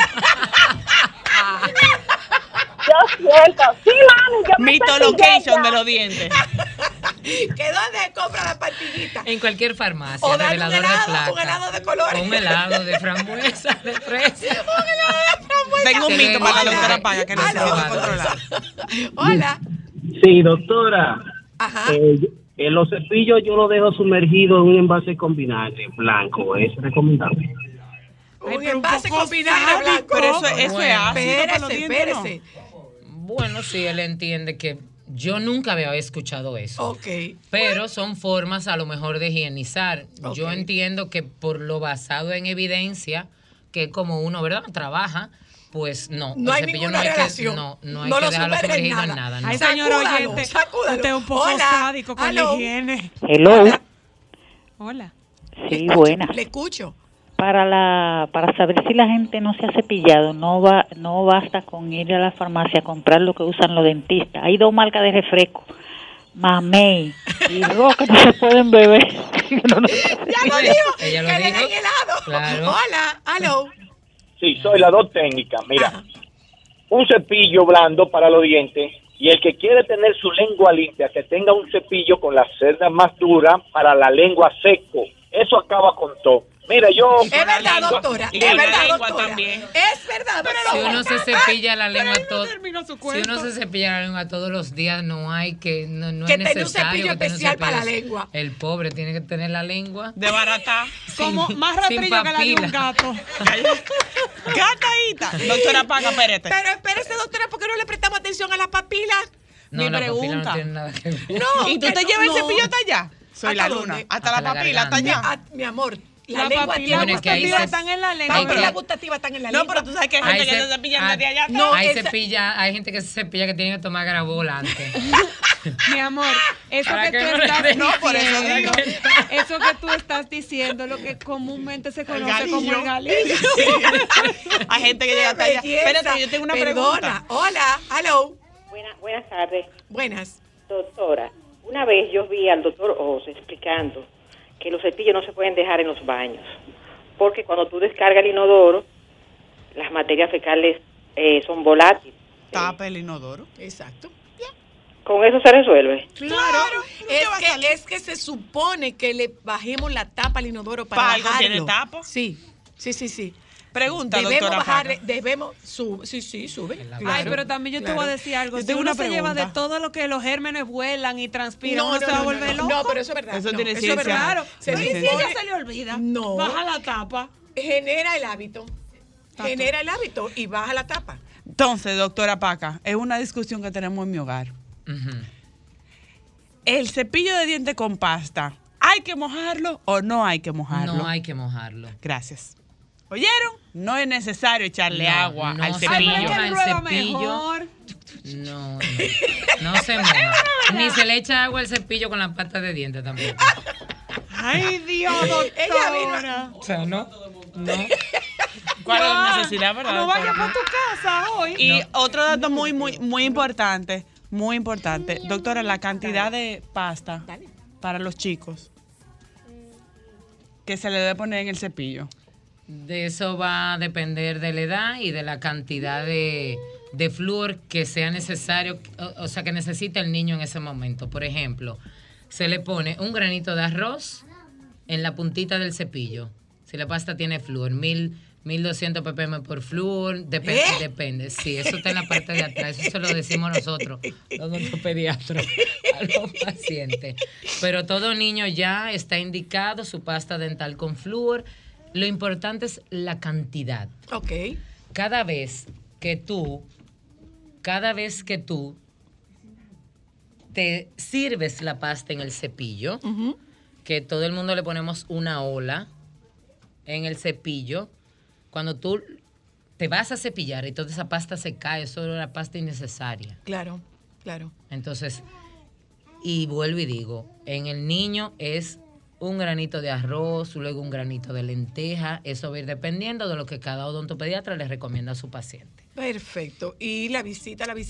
Yo siento, sí, mami, yo me Mito cepillé location ya. de los dientes. ¿Que dónde compra la pastillita? En cualquier farmacia, O dan un revelador de helado, placa. un helado de colores. Un helado de frambuesa, de fresa. Un helado de frambuesa. Tengo un mito para la doctora Paca que Aló. necesito controlar. Hola. Sí, doctora. Ajá. Los cepillos yo los dejo sumergidos en un envase con vinagre blanco. ¿Es recomendable? Un envase con vinagre blanco. Pero eso es Bueno, ácido para los dientes, ¿no? Espérese. Bueno, sí, él entiende que yo nunca había escuchado eso. Ok. Pero son formas a lo mejor de higienizar. Ok. Yo entiendo que por lo basado en evidencia, que como uno, ¿verdad?, trabaja, pues no. No el hay cepillo ninguna no hay relación. que, no hay No que lo dejarlo sumerge en sumergido en nada. nada. No. Ay, señor Sacúdalo, oyente, sacúdalo. usted es un poco Hola. sádico con Aló. la higiene. Hello. Hola. Sí, buenas. Le escucho. Para saber si la gente no se ha cepillado, no basta con ir a la farmacia a comprar lo que usan los dentistas. Hay 2 marcas de refresco, Mamey y Roca, no se pueden beber. Ya lo dijo. Ella lo que le dijo. den helado. Claro. Hola. Aló. Sí, soy la dos técnica. Mira, un cepillo blando para los dientes y el que quiere tener su lengua limpia, que tenga un cepillo con las cerdas más duras para la lengua seco. Eso acaba con todo. Mira, yo... Es verdad, doctora. Y Es con la verdad, lengua doctora. también. Es verdad, pero Si uno se cepilla la lengua todo, terminó su si cuento. uno se cepilla la lengua todos los días, no hay que, no Que es tenga un necesario cepillo que tenga un especial para la cepillo. lengua. El pobre tiene que tener la lengua De barata. Como más sin rastrillo que la de un papila. gato. Gataíta. Doctora Paca, espérate. Pero espérese, doctora, ¿por qué no le prestamos atención a las papilas? No, Mi la papila pregunta. no tiene nada que ver. No. ¿Y tú que te no, llevas el no. cepillo hasta allá? Soy la ¿Hasta luna. dónde? Hasta la Hasta la papila, hasta garganta. allá. Mi amor, la La lengua papila tiene Bueno, es que ahí gustativa. se- están en la No, lengua. pero las gustativas están en la No, lengua. pero tú sabes que hay Hay gente que ce- se cepilla desde allá. No, hay esa- cepilla, hay gente que se cepilla que tiene que tomar grabol antes. Mi amor, eso Para que que tú no le estás den- No, por eso diciendo, digo. eso que tú estás diciendo, lo que comúnmente se conoce como galillo. el galillo. Hay gente que llega hasta allá. Belleza. Espérate, yo tengo una Perdona. pregunta. Hola, aló. Buenas tardes. Buenas. Doctora, una vez yo vi al doctor Oz explicando que los cepillos no se pueden dejar en los baños, porque cuando tú descargas el inodoro, las materias fecales son volátiles. Tapa el inodoro. Exacto. ¿Con eso se resuelve? Claro, ¿qué va a salir? es que se supone que le bajemos la tapa al inodoro para ¿Para algo bajarlo. tiene tapa? Sí. Pregunta, Debemos doctora bajarle, Paca. debemos sube. Sí, sube. Ay, pero también yo te voy a decir algo. Yo Si tengo uno una se lleva de pregunta. todo lo que los gérmenes vuelan y transpiran, uno se va a volver loco. No, pero eso es verdad. Eso no, tiene es ciencia. verdad. Claro. Se Pero ¿y si dice- ella se le olvida? No. Baja la tapa. genera el hábito. Genera el hábito y baja la tapa. Entonces, doctora Paca, es una discusión que tenemos en mi hogar. El cepillo de dientes con pasta, ¿hay que mojarlo o no hay que mojarlo? No hay que mojarlo. Gracias. ¿Oyeron? No es necesario echarle No, agua no al se cepillo. moja el Prueba cepillo. mejor. No se moja. Ni se le echa agua al cepillo con la pasta de dientes tampoco. Ay, Dios, doctora. O sea, no. ¿Cuál es la necesidad, verdad? No vayas para tu casa hoy. Y otro dato muy importante, doctora, la cantidad de pasta para los chicos que se le debe poner en el cepillo. De eso va a depender de la edad y de la cantidad de flúor que sea necesario, o sea, que necesita el niño en ese momento. Por ejemplo, se le pone un granito de arroz en la puntita del cepillo. Si la pasta tiene flúor, 1200 ppm por flúor, depende. Sí, eso está en la parte de atrás, eso se lo decimos nosotros, los odontopediatras, a los pacientes. Pero todo niño ya está indicado su pasta dental con flúor. Lo importante es la cantidad. Ok. Cada vez que tú te sirves la pasta en el cepillo, que todo el mundo le ponemos una ola en el cepillo, cuando tú te vas a cepillar y toda esa pasta se cae, eso es una pasta innecesaria. Claro. Entonces, y vuelvo y digo, en el niño es un granito de arroz, luego un granito de lenteja, eso va a ir dependiendo de lo que cada odontopediatra le recomienda a su paciente. Perfecto. Y la visita, el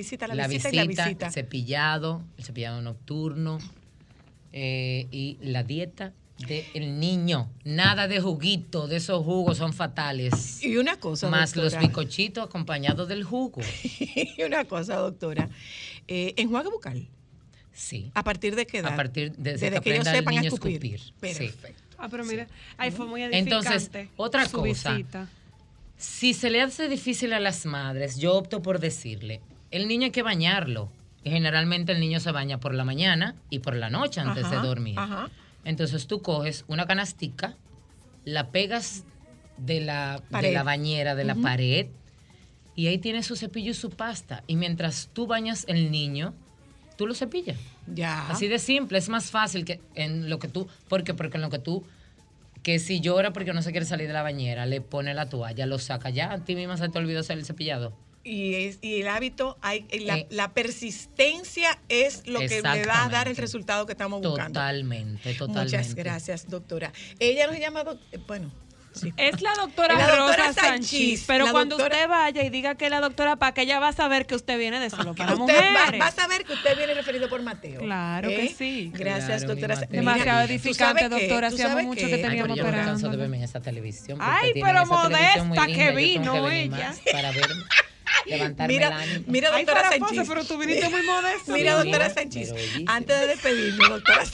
cepillado nocturno y la dieta del niño. Nada de juguito, de esos jugos son fatales. Y una cosa, más doctora, los bizcochitos acompañados del jugo. Y una cosa, doctora, enjuague bucal. Sí. ¿A partir de qué edad? A partir desde que ellos aprenda el sepan niño a escupir. Perfecto. Sí. Ah, pero mira, ahí fue muy edificante. Entonces, otra su cosa. visita. Si se le hace difícil a las madres, yo opto por decirle, el niño hay que bañarlo. Generalmente el niño se baña por la mañana y por la noche antes de dormir. Entonces tú coges una canastica, la pegas de la bañera, de la pared, y ahí tienes su cepillo y su pasta. Y mientras tú bañas el niño, tú lo cepillas. Ya. Así de simple, es más fácil que en lo que tú, porque en lo que tú, que si llora porque no se quiere salir de la bañera, le pone la toalla, lo saca, ya a ti misma se te olvidó hacer el cepillado. Y el hábito, la persistencia es lo que le va a dar el resultado que estamos buscando. Totalmente. Muchas gracias, doctora. Ella nos llama, sí. Es la doctora Rosa Sanchís, pero cuando usted vaya y diga que es la doctora Paca, ella va a saber que usted viene de Solo para Mujeres. Va a saber que usted viene referido por Mateo. Claro que sí. Gracias, Claro, doctora. Demasiado edificante, doctora. Hacíamos mucho que teníamos esperando. Yo me canso de esperando. verme en esa televisión. Ay, pero modesta que vino ella. Para verme. Levantarme el ánimo. Mira, doctora Sanchís. Pero tú viniste muy modesta. Mira, doctora Sanchís. Antes de despedirnos,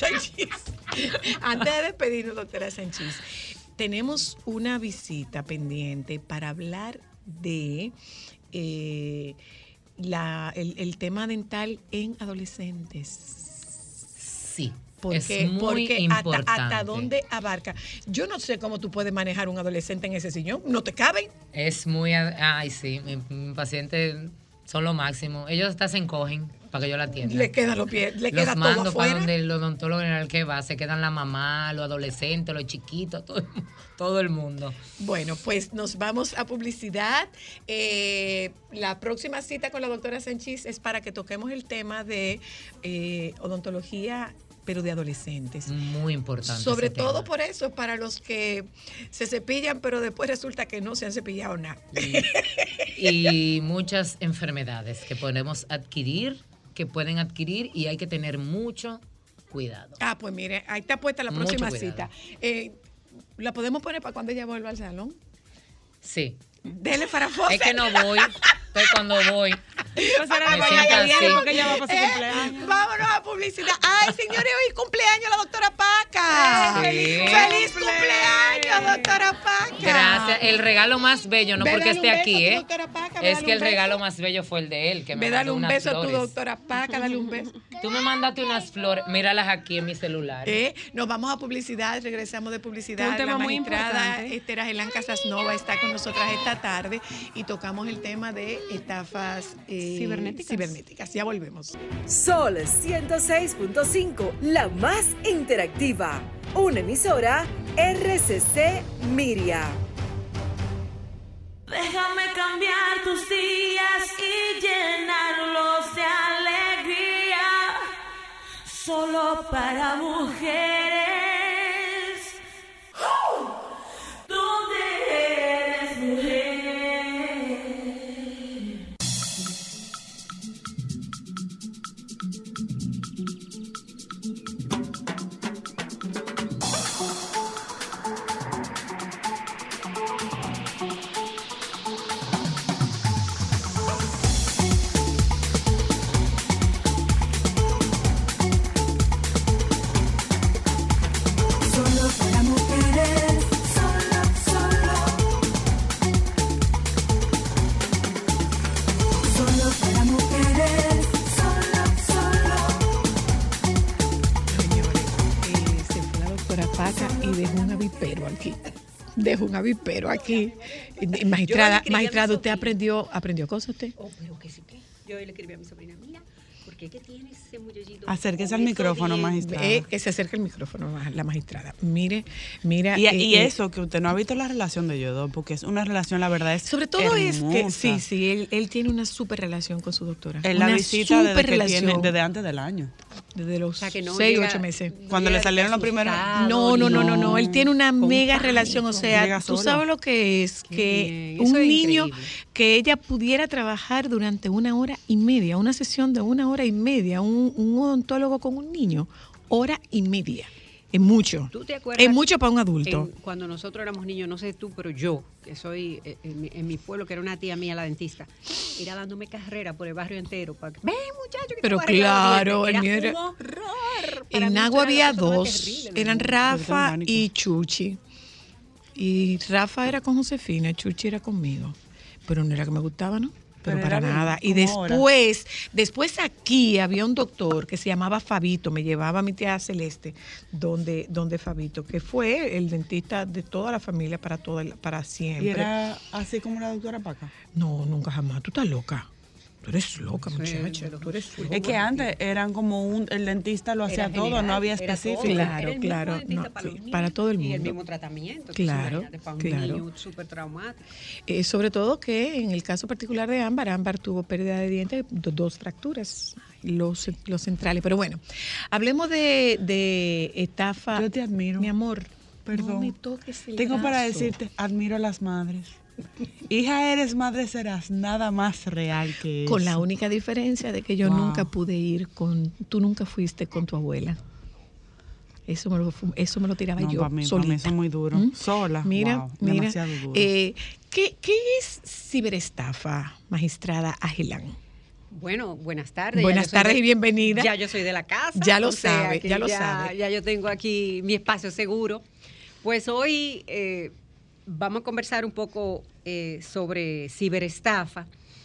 doctora Sanchís. Tenemos una visita pendiente para hablar de el tema dental en adolescentes. Sí. Es muy importante. Hasta dónde abarca. Yo no sé cómo tú puedes manejar un adolescente en ese sillón. ¿No te caben? Es muy... Ay, sí. Mi paciente son lo máximo. Ellos hasta se encogen para que yo la atienda. Le quedan los pies, le queda todo afuera. Los mando para donde el odontólogo en el que va. Se quedan la mamá, los adolescentes, los chiquitos, todo el mundo. Bueno, pues nos vamos a publicidad. La próxima cita con la doctora Sanchís es para que toquemos el tema de odontología, pero de adolescentes. Muy importante. Sobre todo por eso, para los que se cepillan, pero después resulta que no se han cepillado nada. Y muchas enfermedades que podemos adquirir, que pueden adquirir, y hay que tener mucho cuidado. Ah, pues mire, ahí está puesta la próxima cita. ¿La podemos poner para cuando ella vuelva al salón? Sí. Dele farafose. Es que no voy, pues cuando voy. No será Me siento así. porque ella va para su cumpleaños. Vámonos a publicidad. Ay, señores, hoy cumpleaños la doctora Paca. Sí. ¡Feliz cumpleaños, doctora Paca! Gracias. El regalo más bello, no porque esté aquí, Paca, es que el regalo más bello fue el de él, que me dale mandó un unas beso flores. a tu doctora Paca, dale un beso. Tú me mandaste unas flores, míralas aquí en mi celular. Nos vamos a publicidad, regresamos de publicidad. Un tema la muy magistrada importante. Esther Agelán Casasnova está con nosotras esta tarde y tocamos el tema de estafas cibernéticas. Ya volvemos. Sol 106.5, la más interactiva. Una emisora RCC Miria. Déjame cambiar tus días y llenarlos de alegría. Solo para mujeres. dejo un avispero aquí. Dejo un avispero aquí. Magistrada, ¿usted aprendió cosas usted? Oh, pero que sí que. Yo le escribí a mi sobrina, mira, ¿por qué que tiene ese muchachito? Acérquese al micrófono, magistrada. Que se acerque el micrófono, la magistrada. Mira. Y eso, que usted no ha visto la relación de ellos dos, porque es una relación, la verdad, es sobre todo hermosa. es que, sí, él tiene una súper relación con su doctora. Él la visita desde antes del año. Desde los 6, 8 meses. Cuando le salieron los primeros. No. Él tiene una mega relación. O sea, tú sabes lo que es que un niño, que ella pudiera trabajar durante 1 hora y media, una sesión de 1 hora y media, un odontólogo con un niño, 1 hora y media. Es mucho. ¿Tú te acuerdas? Es mucho para un adulto. Cuando nosotros éramos niños, no sé tú, pero yo, que soy en mi pueblo, que era una tía mía, la dentista, era dándome carrera por el barrio entero. Para que, ven, muchachos, que pero te claro, era un horror. En Agua había 2, eran Rafa y Chuchi. Y Rafa era con Josefina, Chuchi era conmigo. Pero no era que me gustaba, ¿no? Pero para nada. Y después aquí había un doctor que se llamaba Fabito, me llevaba a mi tía Celeste, donde Fabito, que fue el dentista de toda la familia para siempre. ¿Y era así como la doctora Paca? No, nunca jamás. Tú estás loca. Tú eres loca, muchacha. Tú eres loca. Es que antes eran como el dentista lo hacía todo, general, no había específico. Claro. Para todo el mundo. Y el mismo tratamiento. Claro. Para un niño súper traumático. Sobre todo que en el caso particular de Ámbar tuvo pérdida de dientes, 2 fracturas, los centrales. Pero bueno, hablemos de estafa. Yo te admiro. Mi amor, perdón. No me toques el Tengo brazo. para decirte, admiro a las madres. Hija eres, madre serás, nada más real que eso. Con la única diferencia de que yo nunca pude ir tú nunca fuiste con tu abuela. Eso me lo tiraba yo, para mí eso es muy duro. Sola, mira, demasiado duro. ¿Qué es ciberestafa, magistrada Ajelán? Bueno, buenas tardes. Buenas tardes y bienvenida. Ya yo soy de la casa. Ya lo sabe. Ya yo tengo aquí mi espacio seguro. Pues hoy vamos a conversar un poco sobre ciberestafa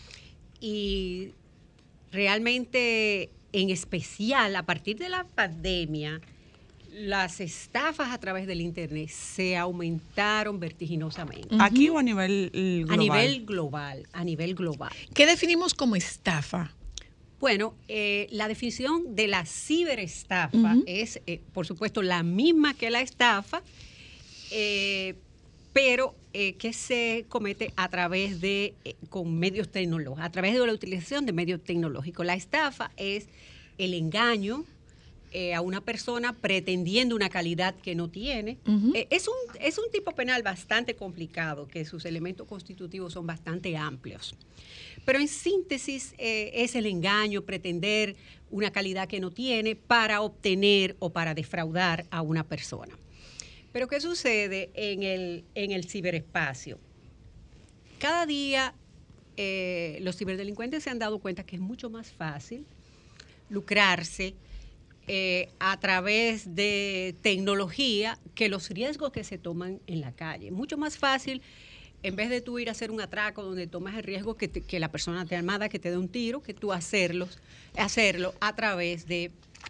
y realmente, en especial, a partir de la pandemia, las estafas a través del Internet se aumentaron vertiginosamente. ¿Aquí o a nivel global? A nivel global. ¿Qué definimos como estafa? Bueno, la definición de la ciberestafa es, por supuesto, la misma que la estafa, pero que se comete a través con medios tecnológicos, a través de la utilización de medios tecnológicos. La estafa es el engaño a una persona pretendiendo una calidad que no tiene. Es un tipo penal bastante complicado, que sus elementos constitutivos son bastante amplios. Pero en síntesis es el engaño, pretender una calidad que no tiene para obtener o para defraudar a una persona. Pero ¿qué sucede en el ciberespacio? Cada día los ciberdelincuentes se han dado cuenta que es mucho más fácil lucrarse a través de tecnología que los riesgos que se toman en la calle. Mucho más fácil, en vez de tú ir a hacer un atraco donde tomas el riesgo que la persona te armada, que te dé un tiro, que tú hacerlo a través de...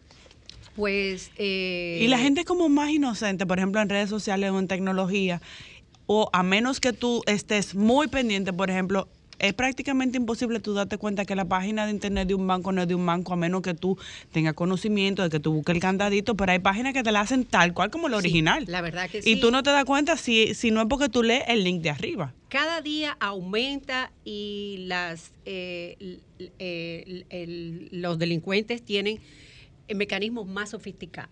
y la gente es como más inocente, por ejemplo, en redes sociales o en tecnología, o a menos que tú estés muy pendiente, por ejemplo, es prácticamente imposible tú darte cuenta que la página de internet de un banco no es de un banco, a menos que tú tengas conocimiento de que tú busques el candadito, pero hay páginas que te la hacen tal cual como la original. La verdad que sí. Y tú no te das cuenta si no es porque tú lees el link de arriba. Cada día aumenta y los delincuentes tienen mecanismos más sofisticados.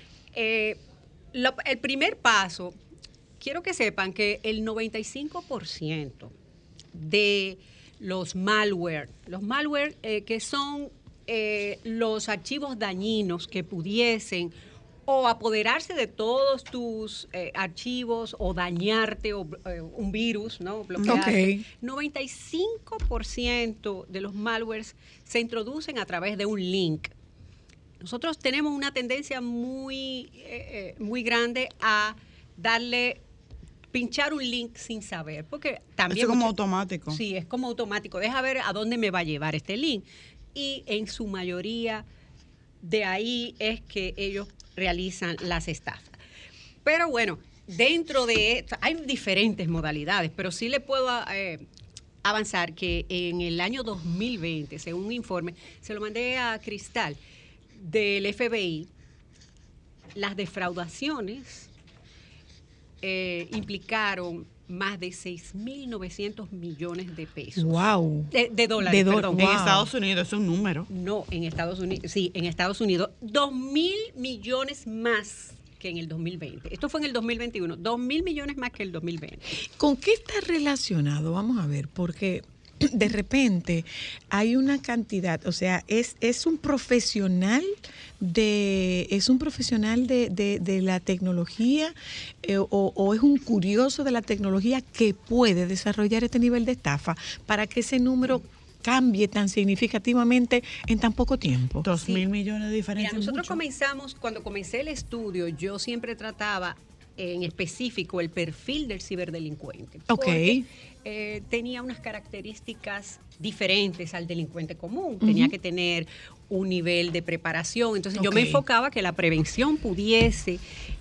El primer paso, quiero que sepan que el 95% de los malware que son los archivos dañinos que pudiesen o apoderarse de todos tus archivos o dañarte, o un virus, ¿no? Bloquearte. 95% de los malwares se introducen a través de un link. Nosotros tenemos una tendencia muy grande a pinchar un link sin saber, porque también... Es como automático. Sí, es como automático. Deja ver a dónde me va a llevar este link. Y en su mayoría, de ahí es que ellos realizan las estafas. Pero bueno, dentro de esto, hay diferentes modalidades, pero sí le puedo avanzar que en el año 2020, según un informe, se lo mandé a Cristal, del FBI, las defraudaciones implicaron más de 6.900 millones de pesos. ¡Wow! De dólares, perdón. En Estados Unidos es un número. No, en Estados Unidos, sí, en Estados Unidos, 2.000 millones más que en el 2020. Esto fue en el 2021, 2.000 millones más que el 2020. ¿Con qué está relacionado? Vamos a ver, porque de repente hay una cantidad, o sea, es un profesional de la tecnología o es un curioso de la tecnología que puede desarrollar este nivel de estafa para que ese número cambie tan significativamente en tan poco tiempo. 2.000 millones de diferencia. Mira, nosotros comenzamos, cuando comencé el estudio, yo siempre trataba en específico el perfil del ciberdelincuente. Ok. Porque, tenía unas características diferentes al delincuente común. Tenía que tener un nivel de preparación. Entonces yo me enfocaba que la prevención pudiese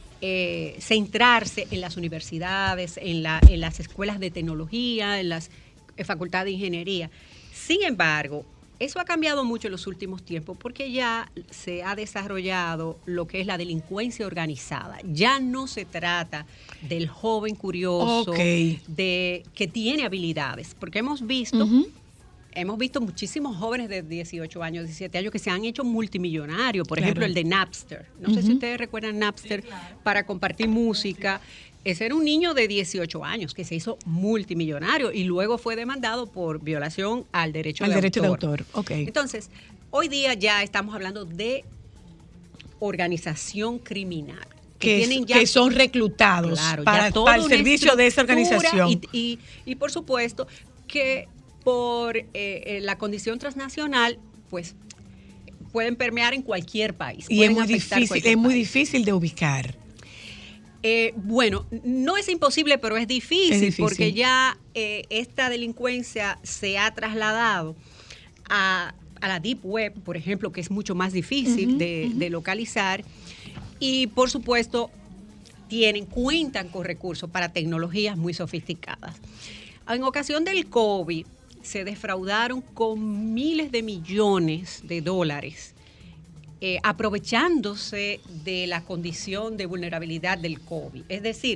centrarse en las universidades, en las escuelas de tecnología, en las facultades de ingeniería. Sin embargo, eso ha cambiado mucho en los últimos tiempos porque ya se ha desarrollado lo que es la delincuencia organizada. Ya no se trata del joven curioso que tiene habilidades, porque hemos visto muchísimos jóvenes de 18 años, 17 años que se han hecho multimillonarios. Por ejemplo, el de Napster. No sé si ustedes recuerdan Napster, para compartir música. Ese era un niño de 18 años que se hizo multimillonario y luego fue demandado por violación al derecho de autor. Okay. Entonces, hoy día ya estamos hablando de organización criminal. Que son reclutados para el servicio de esa organización. Y por supuesto que por la condición transnacional, pues pueden permear en cualquier país. Y es muy difícil de ubicar. Bueno, no es imposible, pero es difícil. Porque ya esta delincuencia se ha trasladado a la Deep Web, por ejemplo, que es mucho más difícil de localizar. Y, por supuesto, cuentan con recursos para tecnologías muy sofisticadas. En ocasión del COVID, se defraudaron con miles de millones de dólares, aprovechándose de la condición de vulnerabilidad del COVID. Es decir,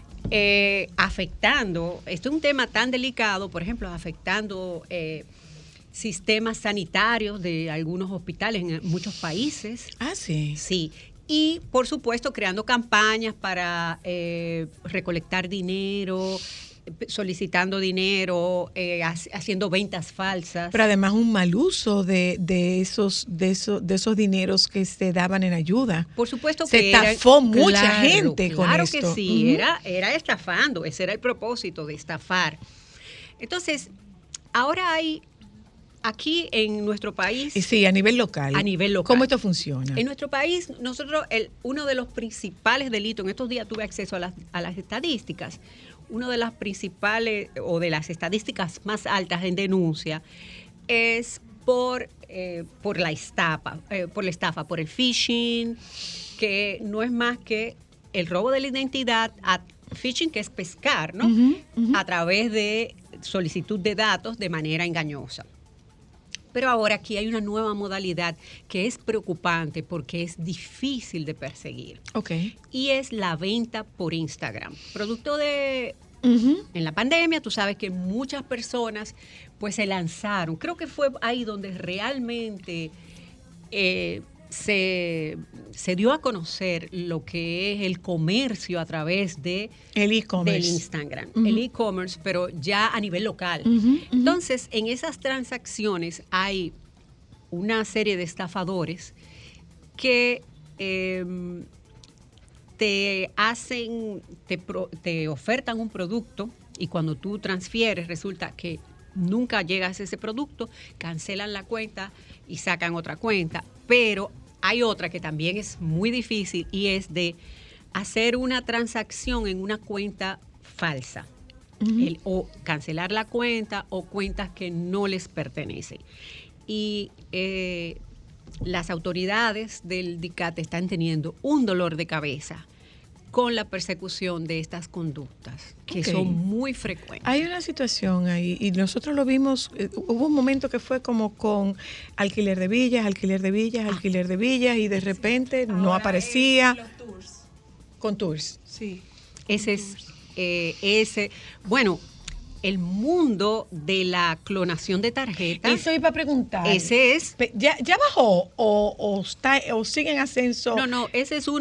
afectando, esto es un tema tan delicado, por ejemplo, afectando sistemas sanitarios de algunos hospitales en muchos países. Ah, sí. Sí. Y, por supuesto, creando campañas para recolectar dinero, solicitando dinero, haciendo ventas falsas. Pero además un mal uso de esos dineros que se daban en ayuda. Por supuesto que se estafó mucha gente con esto. Claro que sí, era estafando, ese era el propósito de estafar. Entonces, ahora hay aquí en nuestro país. Sí, a nivel local. A nivel local. ¿Cómo esto funciona? En nuestro país, nosotros, uno de los principales delitos, en estos días tuve acceso a las estadísticas, una de las principales o de las estadísticas más altas en denuncia es por la estafa, por el phishing, que no es más que el robo de la identidad, phishing, que es pescar, ¿no? A través de solicitud de datos de manera engañosa. Pero ahora aquí hay una nueva modalidad que es preocupante porque es difícil de perseguir. Y es la venta por Instagram. Producto de... En la pandemia, tú sabes que muchas personas pues se lanzaron. Creo que fue ahí donde realmente se dio a conocer lo que es el comercio a través de el e-commerce. Del Instagram. El e-commerce, pero ya a nivel local. Entonces, en esas transacciones hay una serie de estafadores que te ofertan un producto y cuando tú transfieres resulta que nunca llegas a ese producto, cancelan la cuenta y sacan otra cuenta. Pero hay otra que también es muy difícil y es de hacer una transacción en una cuenta falsa. O cancelar la cuenta o cuentas que no les pertenecen. Y las autoridades del DICAT están teniendo un dolor de cabeza con la persecución de estas conductas, que Ok. son muy frecuentes. Hay una situación ahí, y nosotros lo vimos, hubo un momento que fue como con alquiler de villas, y de repente no aparecía. Con tours. Sí. Bueno, el mundo de la clonación de tarjetas. Eso iba a preguntar. Ese es. ¿Ya bajó o sigue en ascenso? No, ese es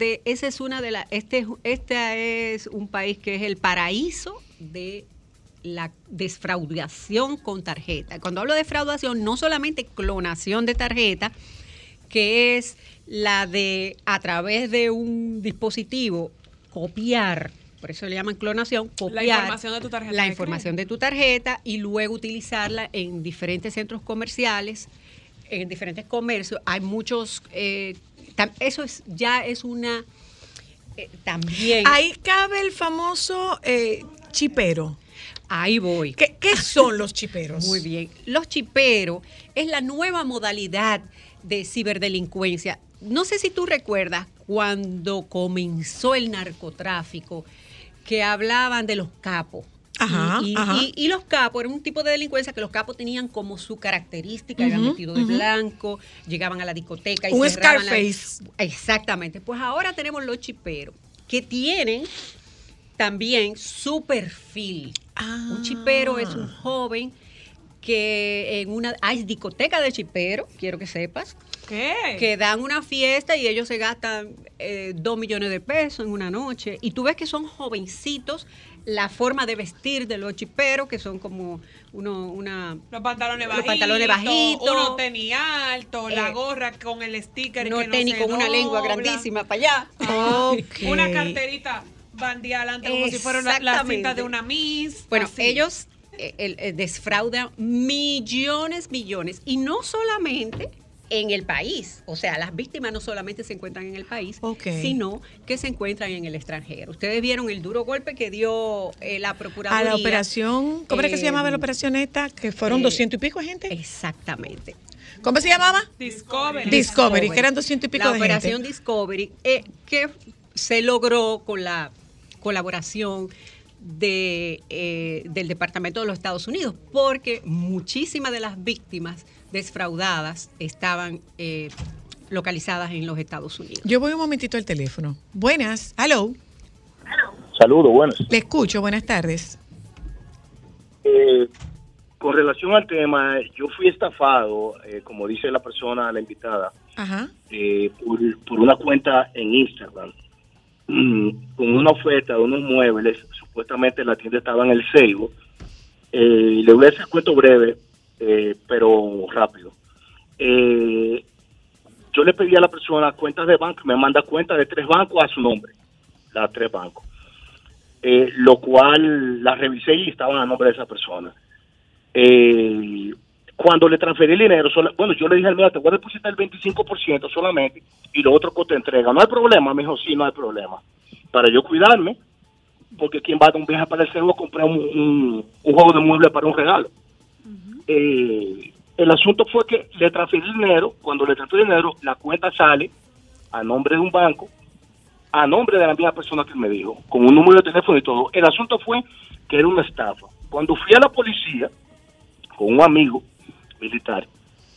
un país que es el paraíso de la defraudación con tarjeta. Cuando hablo de defraudación, no solamente clonación de tarjeta, que es la de a través de un dispositivo copiar, por eso le llaman clonación, copiar La información de tu tarjeta. la información de tu tarjeta y luego utilizarla en diferentes centros comerciales, en diferentes comercios. Hay muchos, eso ya es una, también. Ahí cabe el famoso chipero. Ahí voy. ¿Qué son los chiperos? Muy bien. Los chiperos es la nueva modalidad de ciberdelincuencia. No sé si tú recuerdas cuando comenzó el narcotráfico, que hablaban de los capos. Ajá, y los capos eran un tipo de delincuencia que los capos tenían como su característica, eran vestidos de blanco, llegaban a la discoteca y un cerraban Scarface. Exactamente. Pues ahora tenemos los chiperos, que tienen también su perfil. Un chipero es un joven que hay discoteca de chipero, quiero que sepas. ¿Qué? Que dan una fiesta y ellos se gastan 2 millones de pesos en una noche. Y tú ves que son jovencitos, la forma de vestir de los chiperos, que son como los pantalones bajitos, uno tenis alto, la gorra con el sticker no que no tenis se con una dobla. lengua grandísima para allá. Okay. Una carterita bandía adelante como si fuera la cinta de una Miss. Bueno, así. ellos defraudan millones. Y no solamente en el país, o sea, las víctimas no solamente se encuentran en el país, sino que se encuentran en el extranjero. Ustedes vieron el duro golpe que dio la Procuraduría. A la operación, ¿cómo era que se llamaba la operación esta? Que fueron 200 y pico de gente. Exactamente. ¿Cómo se llamaba? Discovery. Que eran 200 y pico de gente. La operación Discovery, que se logró con la colaboración del Departamento de los Estados Unidos, porque muchísimas de las víctimas defraudadas estaban localizadas en los Estados Unidos. Yo voy un momentito al teléfono. Buenas, hello. Saludos, buenas. Le escucho, buenas tardes. Con relación al tema, yo fui estafado, como dice la persona, la invitada, Ajá. Por una cuenta en Instagram, con una oferta de unos muebles. Supuestamente la tienda estaba en el Seibo. Le voy a hacer cuento breve, pero rápido. Yo le pedí a la persona cuentas de banco, me manda cuentas de 3 bancos a su nombre, las 3 bancos, lo cual la revisé y estaban a nombre de esa persona. Cuando le transferí el dinero, yo le dije al mío, te voy a depositar el 25% solamente y lo otro que te entrega. No hay problema, me dijo, sí, no hay problema. Para yo cuidarme, porque quien va a un viaje para el Seibo a comprar un juego de muebles para un regalo. El asunto fue que le transferí el dinero. Cuando le transferí el dinero, la cuenta sale a nombre de un banco, a nombre de la misma persona que me dijo, con un número de teléfono y todo. El asunto fue que era una estafa. Cuando fui a la policía con un amigo militar,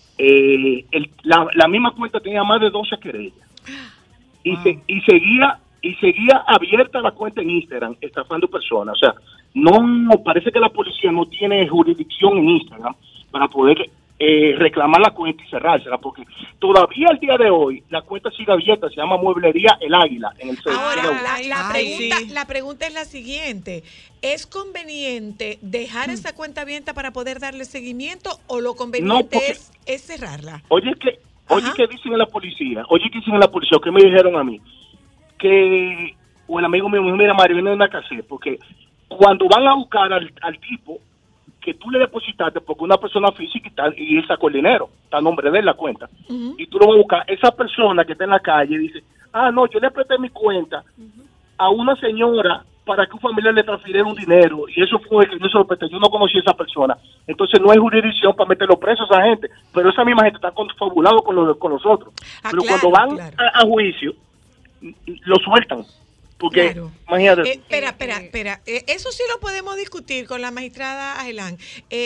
la misma cuenta tenía más de 12 querellas y seguía abierta la cuenta en Instagram, estafando personas. O sea, no parece que la policía no tiene jurisdicción en Instagram para poder reclamar la cuenta y cerrársela, porque todavía al día de hoy la cuenta sigue abierta, se llama Mueblería El Águila en el centro. Ahora, la pregunta es la siguiente: ¿es conveniente dejar esa cuenta abierta para poder darle seguimiento o lo conveniente es cerrarla? Oye, ¿qué dicen en la policía? ¿Qué me dijeron a mí? Que, o el amigo mío me dijo, mira, Mario, viene de una caseta, porque cuando van a buscar al tipo que tú le depositaste, porque una persona física y él sacó el dinero, está a nombre de él la cuenta, y tú lo vas a buscar, esa persona que está en la calle dice, no, yo le presté mi cuenta a una señora para que un familiar le transfiriera un dinero, y eso fue que yo se lo presté, yo no conocí a esa persona. Entonces no hay jurisdicción para meterlo preso a esa gente, pero esa misma gente está confabulado con los otros. Pero cuando van a juicio, lo sueltan. Porque, Claro. imagínate. Espera. Eso sí lo podemos discutir con la magistrada Ajelán.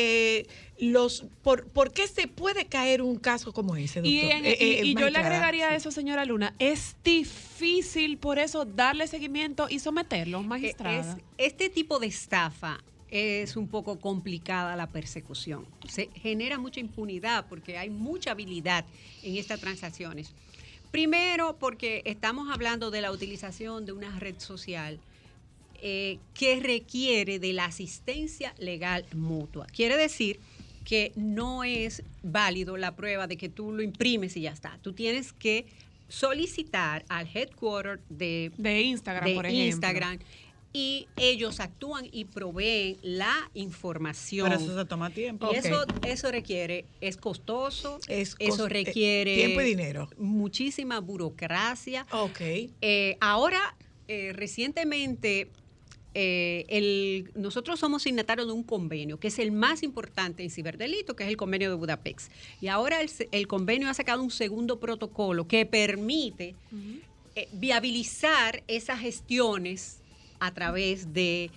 ¿Por qué se puede caer un caso como ese, doctor? Y yo le Magistrada, agregaría sí. a eso, señora Luna, es difícil por eso darle seguimiento y someterlo, magistrada. Este tipo de estafa es un poco complicada la persecución. Se genera mucha impunidad porque hay mucha habilidad en estas transacciones. Primero, porque estamos hablando de la utilización de una red social que requiere de la asistencia legal mutua. Quiere decir que no es válido la prueba de que tú lo imprimes y ya está. Tú tienes que solicitar al headquarter de Instagram, por ejemplo. Instagram, y ellos actúan y proveen la información. Pero eso se toma tiempo. Y eso requiere, es costoso, eso requiere tiempo y dinero. Muchísima burocracia. Okay. Ahora, recientemente, nosotros somos signatarios de un convenio que es el más importante en ciberdelito, que es el convenio de Budapest. Y ahora el convenio ha sacado un segundo protocolo que permite viabilizar esas gestiones a través de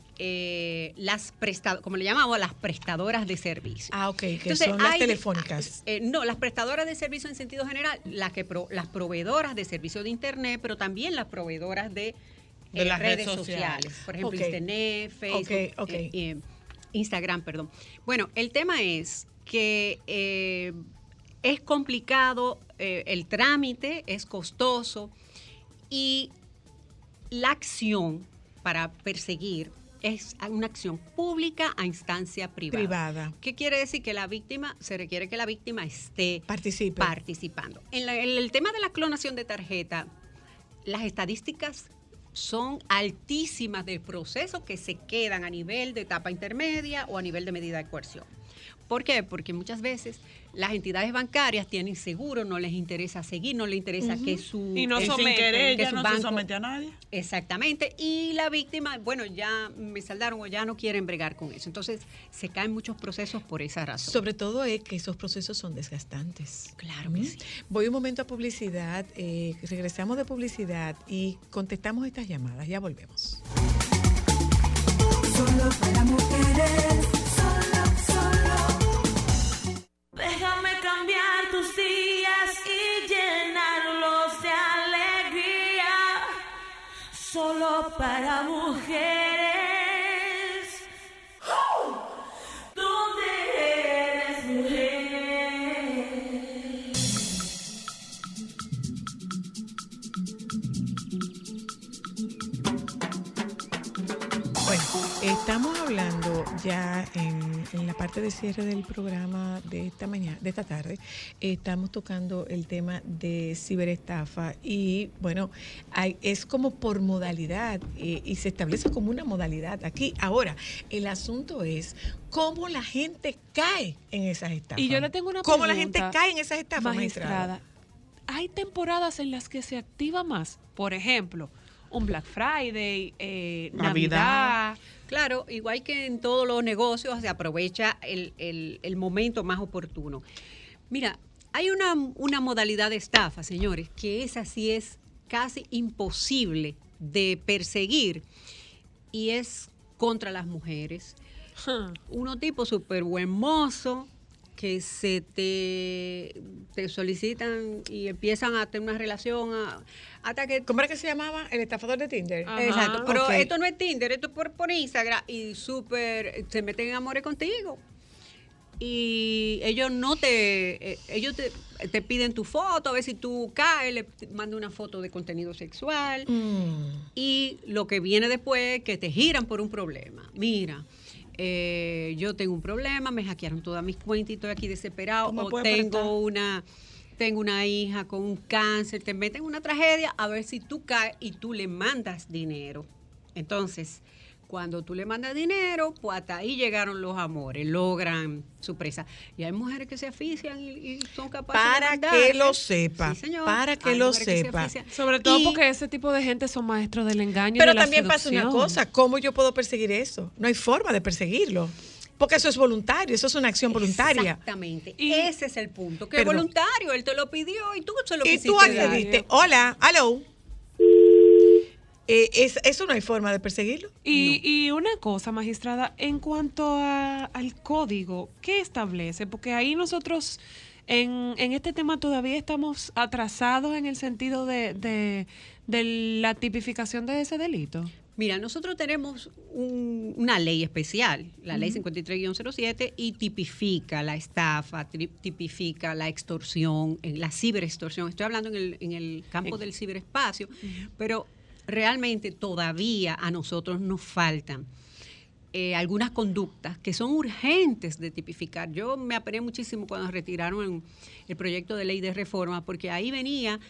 como le llamamos, las prestadoras de servicio. Ah, ok, que son las telefónicas. No, las prestadoras de servicio en sentido general, las proveedoras de servicio de Internet, pero también las proveedoras de las redes sociales. Por ejemplo, Internet, Facebook, Instagram, perdón. Bueno, el tema es que es complicado, el trámite es costoso y la acción para perseguir es una acción pública a instancia privada. ¿Qué quiere decir? Que la víctima, se requiere que la víctima esté participando. En el tema de la clonación de tarjeta, las estadísticas son altísimas del proceso que se quedan a nivel de etapa intermedia o a nivel de medida de coerción. ¿Por qué? Porque muchas veces las entidades bancarias tienen seguro, no les interesa seguir, no les interesa que su y no somete, sin querer, ya no se somete a nadie. Exactamente. Y la víctima, bueno, ya me saldaron o ya no quieren bregar con eso. Entonces, se caen muchos procesos por esa razón. Sobre todo es que esos procesos son desgastantes. Claro que sí. Voy un momento a publicidad, regresamos de publicidad y contestamos estas llamadas. Ya volvemos. Solo para mujeres. Déjame cambiar tus días y llenarlos de alegría. Solo para mujeres. ¿Dónde eres mujer? Bueno, estamos hablando ya en la parte de cierre del programa de esta tarde. Estamos tocando el tema de ciberestafa y bueno, es como por modalidad y se establece como una modalidad aquí. Ahora, el asunto es cómo la gente cae en esas estafas. Y yo le tengo una ¿Cómo pregunta, la gente cae en esas estafas, magistrada? Hay temporadas en las que se activa más. Por ejemplo, un Black Friday, Navidad. Claro, igual que en todos los negocios, se aprovecha el momento más oportuno. Mira, hay una modalidad de estafa, señores, que esa sí es casi imposible de perseguir y es contra las mujeres. Unos tipos súper buen mozo que te solicitan y empiezan a tener una relación hasta que... ¿Cómo era que se llamaba? El estafador de Tinder. Ajá. Exacto, pero esto no es Tinder, esto es por Instagram y se meten en amores contigo. Y ellos te piden tu foto, a ver si tú caes, le mandan una foto de contenido sexual. Y lo que viene después es que te giran por un problema. Mira, yo tengo un problema, me hackearon todas mis cuentas y estoy aquí desesperado, o tengo una hija con un cáncer, te meten en una tragedia, a ver si tú caes y tú le mandas dinero. Entonces, cuando tú le mandas dinero, pues hasta ahí llegaron los amores, logran su presa. Y hay mujeres que se asfixian y son capaces de mandar. Para que lo sepa, sí, señor. Para que lo sepa. Sobre todo porque ese tipo de gente son maestros del engaño y pero de la también seducción. pasa una cosa, ¿cómo yo puedo perseguir eso? No hay forma de perseguirlo. Porque eso es voluntario, eso es una acción voluntaria. Exactamente. Y ese es el punto, que es voluntario, él te lo pidió y tú se lo quisiste dar. Y tú accediste. Hola, hello. Eso no hay forma de perseguirlo. Y una cosa, magistrada, en cuanto al código, ¿qué establece? Porque ahí nosotros en este tema todavía estamos atrasados en el sentido de la tipificación de ese delito. Mira, nosotros tenemos una ley especial, la ley 53-07, y tipifica la estafa, tipifica la extorsión, la ciberextorsión. Estoy hablando en el campo del ciberespacio, pero realmente todavía a nosotros nos faltan algunas conductas que son urgentes de tipificar. Yo me apené muchísimo cuando retiraron el proyecto de ley de reforma, porque ahí venía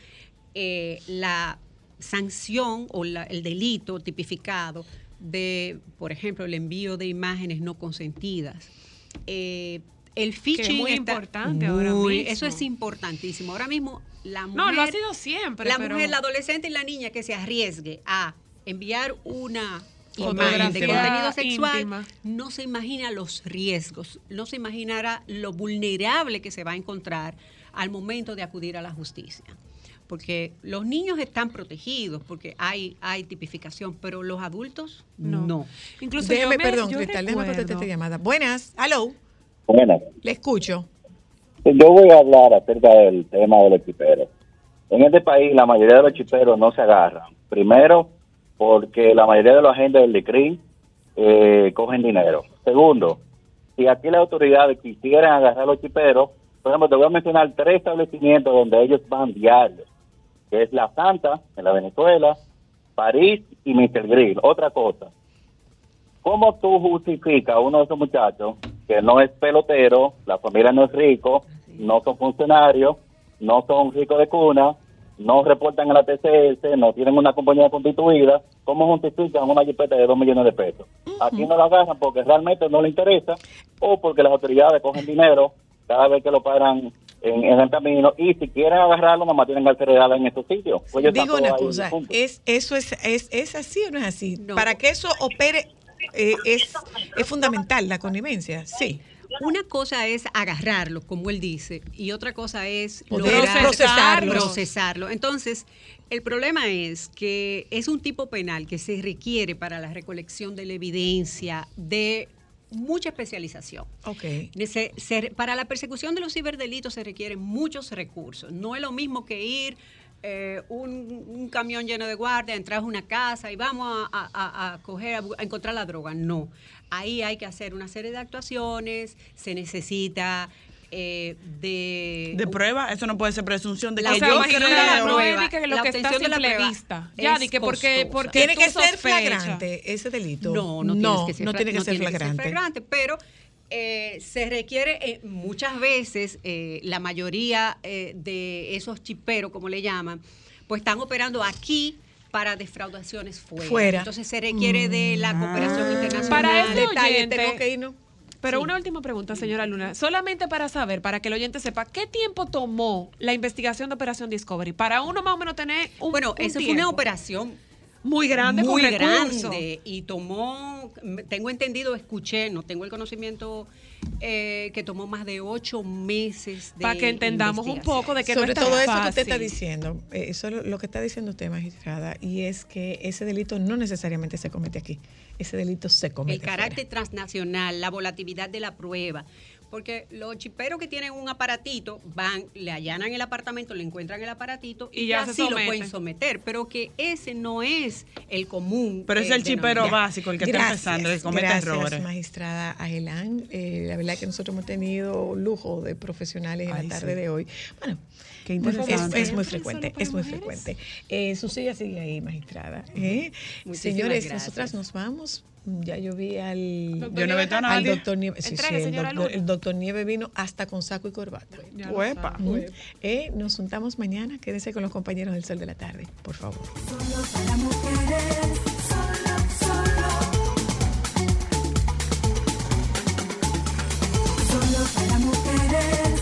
la sanción o el delito tipificado de, por ejemplo, el envío de imágenes no consentidas. El phishing que es muy importante ahora mismo. Eso es importantísimo. Ahora mismo la mujer... No, lo ha sido siempre. Mujer, la adolescente y la niña que se arriesgue a enviar una imagen de contenido sexual, íntima, no se imagina los riesgos, no se imaginará lo vulnerable que se va a encontrar al momento de acudir a la justicia. Porque los niños están protegidos, porque hay tipificación, pero los adultos no. Incluso Cristal, déjame contestar esta llamada. Buenas, hello. Buenas. Le escucho. Yo voy a hablar acerca del tema de los chiperos. En este país la mayoría de los chiperos no se agarran. Primero, porque la mayoría de los agentes del DICRI cogen dinero. Segundo, si aquí las autoridades quisieran agarrar a los chiperos, por ejemplo, te voy a mencionar 3 establecimientos donde ellos van diarios, que es La Santa, en la Venezuela, París y Mr. Grill. Otra cosa, ¿cómo tú justificas a uno de esos muchachos que no es pelotero, la familia no es rico, no son funcionarios, no son ricos de cuna, no reportan a la TCS, no tienen una compañía constituida? ¿Cómo justifican una jipeta de 2 millones de pesos? Aquí no lo agarran porque realmente no les interesa o porque las autoridades cogen dinero cada vez que lo paran en el camino, y si quieren agarrarlo, nomás tienen que acelerarla en estos sitios. Pues digo una cosa, ¿es así o no es así? No. Para que eso opere es fundamental la connivencia, sí. Una cosa es agarrarlo, como él dice, y otra cosa es procesarlo. Entonces, el problema es que es un tipo penal que se requiere para la recolección de la evidencia de mucha especialización. Okay. Para la persecución de los ciberdelitos se requieren muchos recursos. No es lo mismo que ir un camión lleno de guardia, entrar a una casa y vamos a encontrar la droga. No. Ahí hay que hacer una serie de actuaciones, se necesita de prueba. Eso no puede ser presunción de que yo creo. La prueba, que lo que está a simple vista. Ya, di que porque tiene que ser flagrante ese delito. No tiene que ser flagrante. Pero se requiere muchas veces, la mayoría de esos chiperos, como le llaman, pues están operando aquí para defraudaciones fuera. Entonces se requiere de la cooperación internacional. Para este oyente, tenemos que irnos. Pero una última pregunta, señora Luna, solamente para saber, para que el oyente sepa, ¿qué tiempo tomó la investigación de Operación Discovery? Para uno más o menos tener esa fue una operación muy grande, muy grande, y tomó, tengo entendido, escuché, no tengo el conocimiento, que tomó más de 8 meses de para que entendamos un poco de que sobre no es tan todo fácil. Eso que usted está diciendo, eso es lo que está diciendo usted, magistrada, y es que ese delito no necesariamente se comete aquí, ese delito se comete el carácter transnacional, la volatilidad de la prueba. Porque los chiperos que tienen un aparatito van, le allanan el apartamento, le encuentran el aparatito y ya así lo pueden someter. Pero que ese no es el común. Pero es el chipero básico, el que está empezando, el que comete errores. Gracias, magistrada Ajelán. La verdad que nosotros hemos tenido lujo de profesionales en la tarde de hoy. Bueno, qué interesante. Es muy frecuente, es muy frecuente. Su silla sigue ahí, magistrada. Señores, gracias. Nosotras nos vamos. Ya yo vi al doctor Nieves. Sí, el doctor Nieves vino hasta con saco y corbata. Nos juntamos mañana. Quédense con los compañeros del Sol de la Tarde, por favor. Solo para mujeres, solo para mujeres,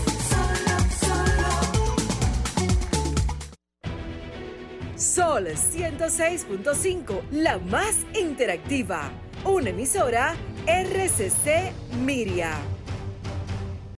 Sol 106.5, la más interactiva. Una emisora RCC Miria.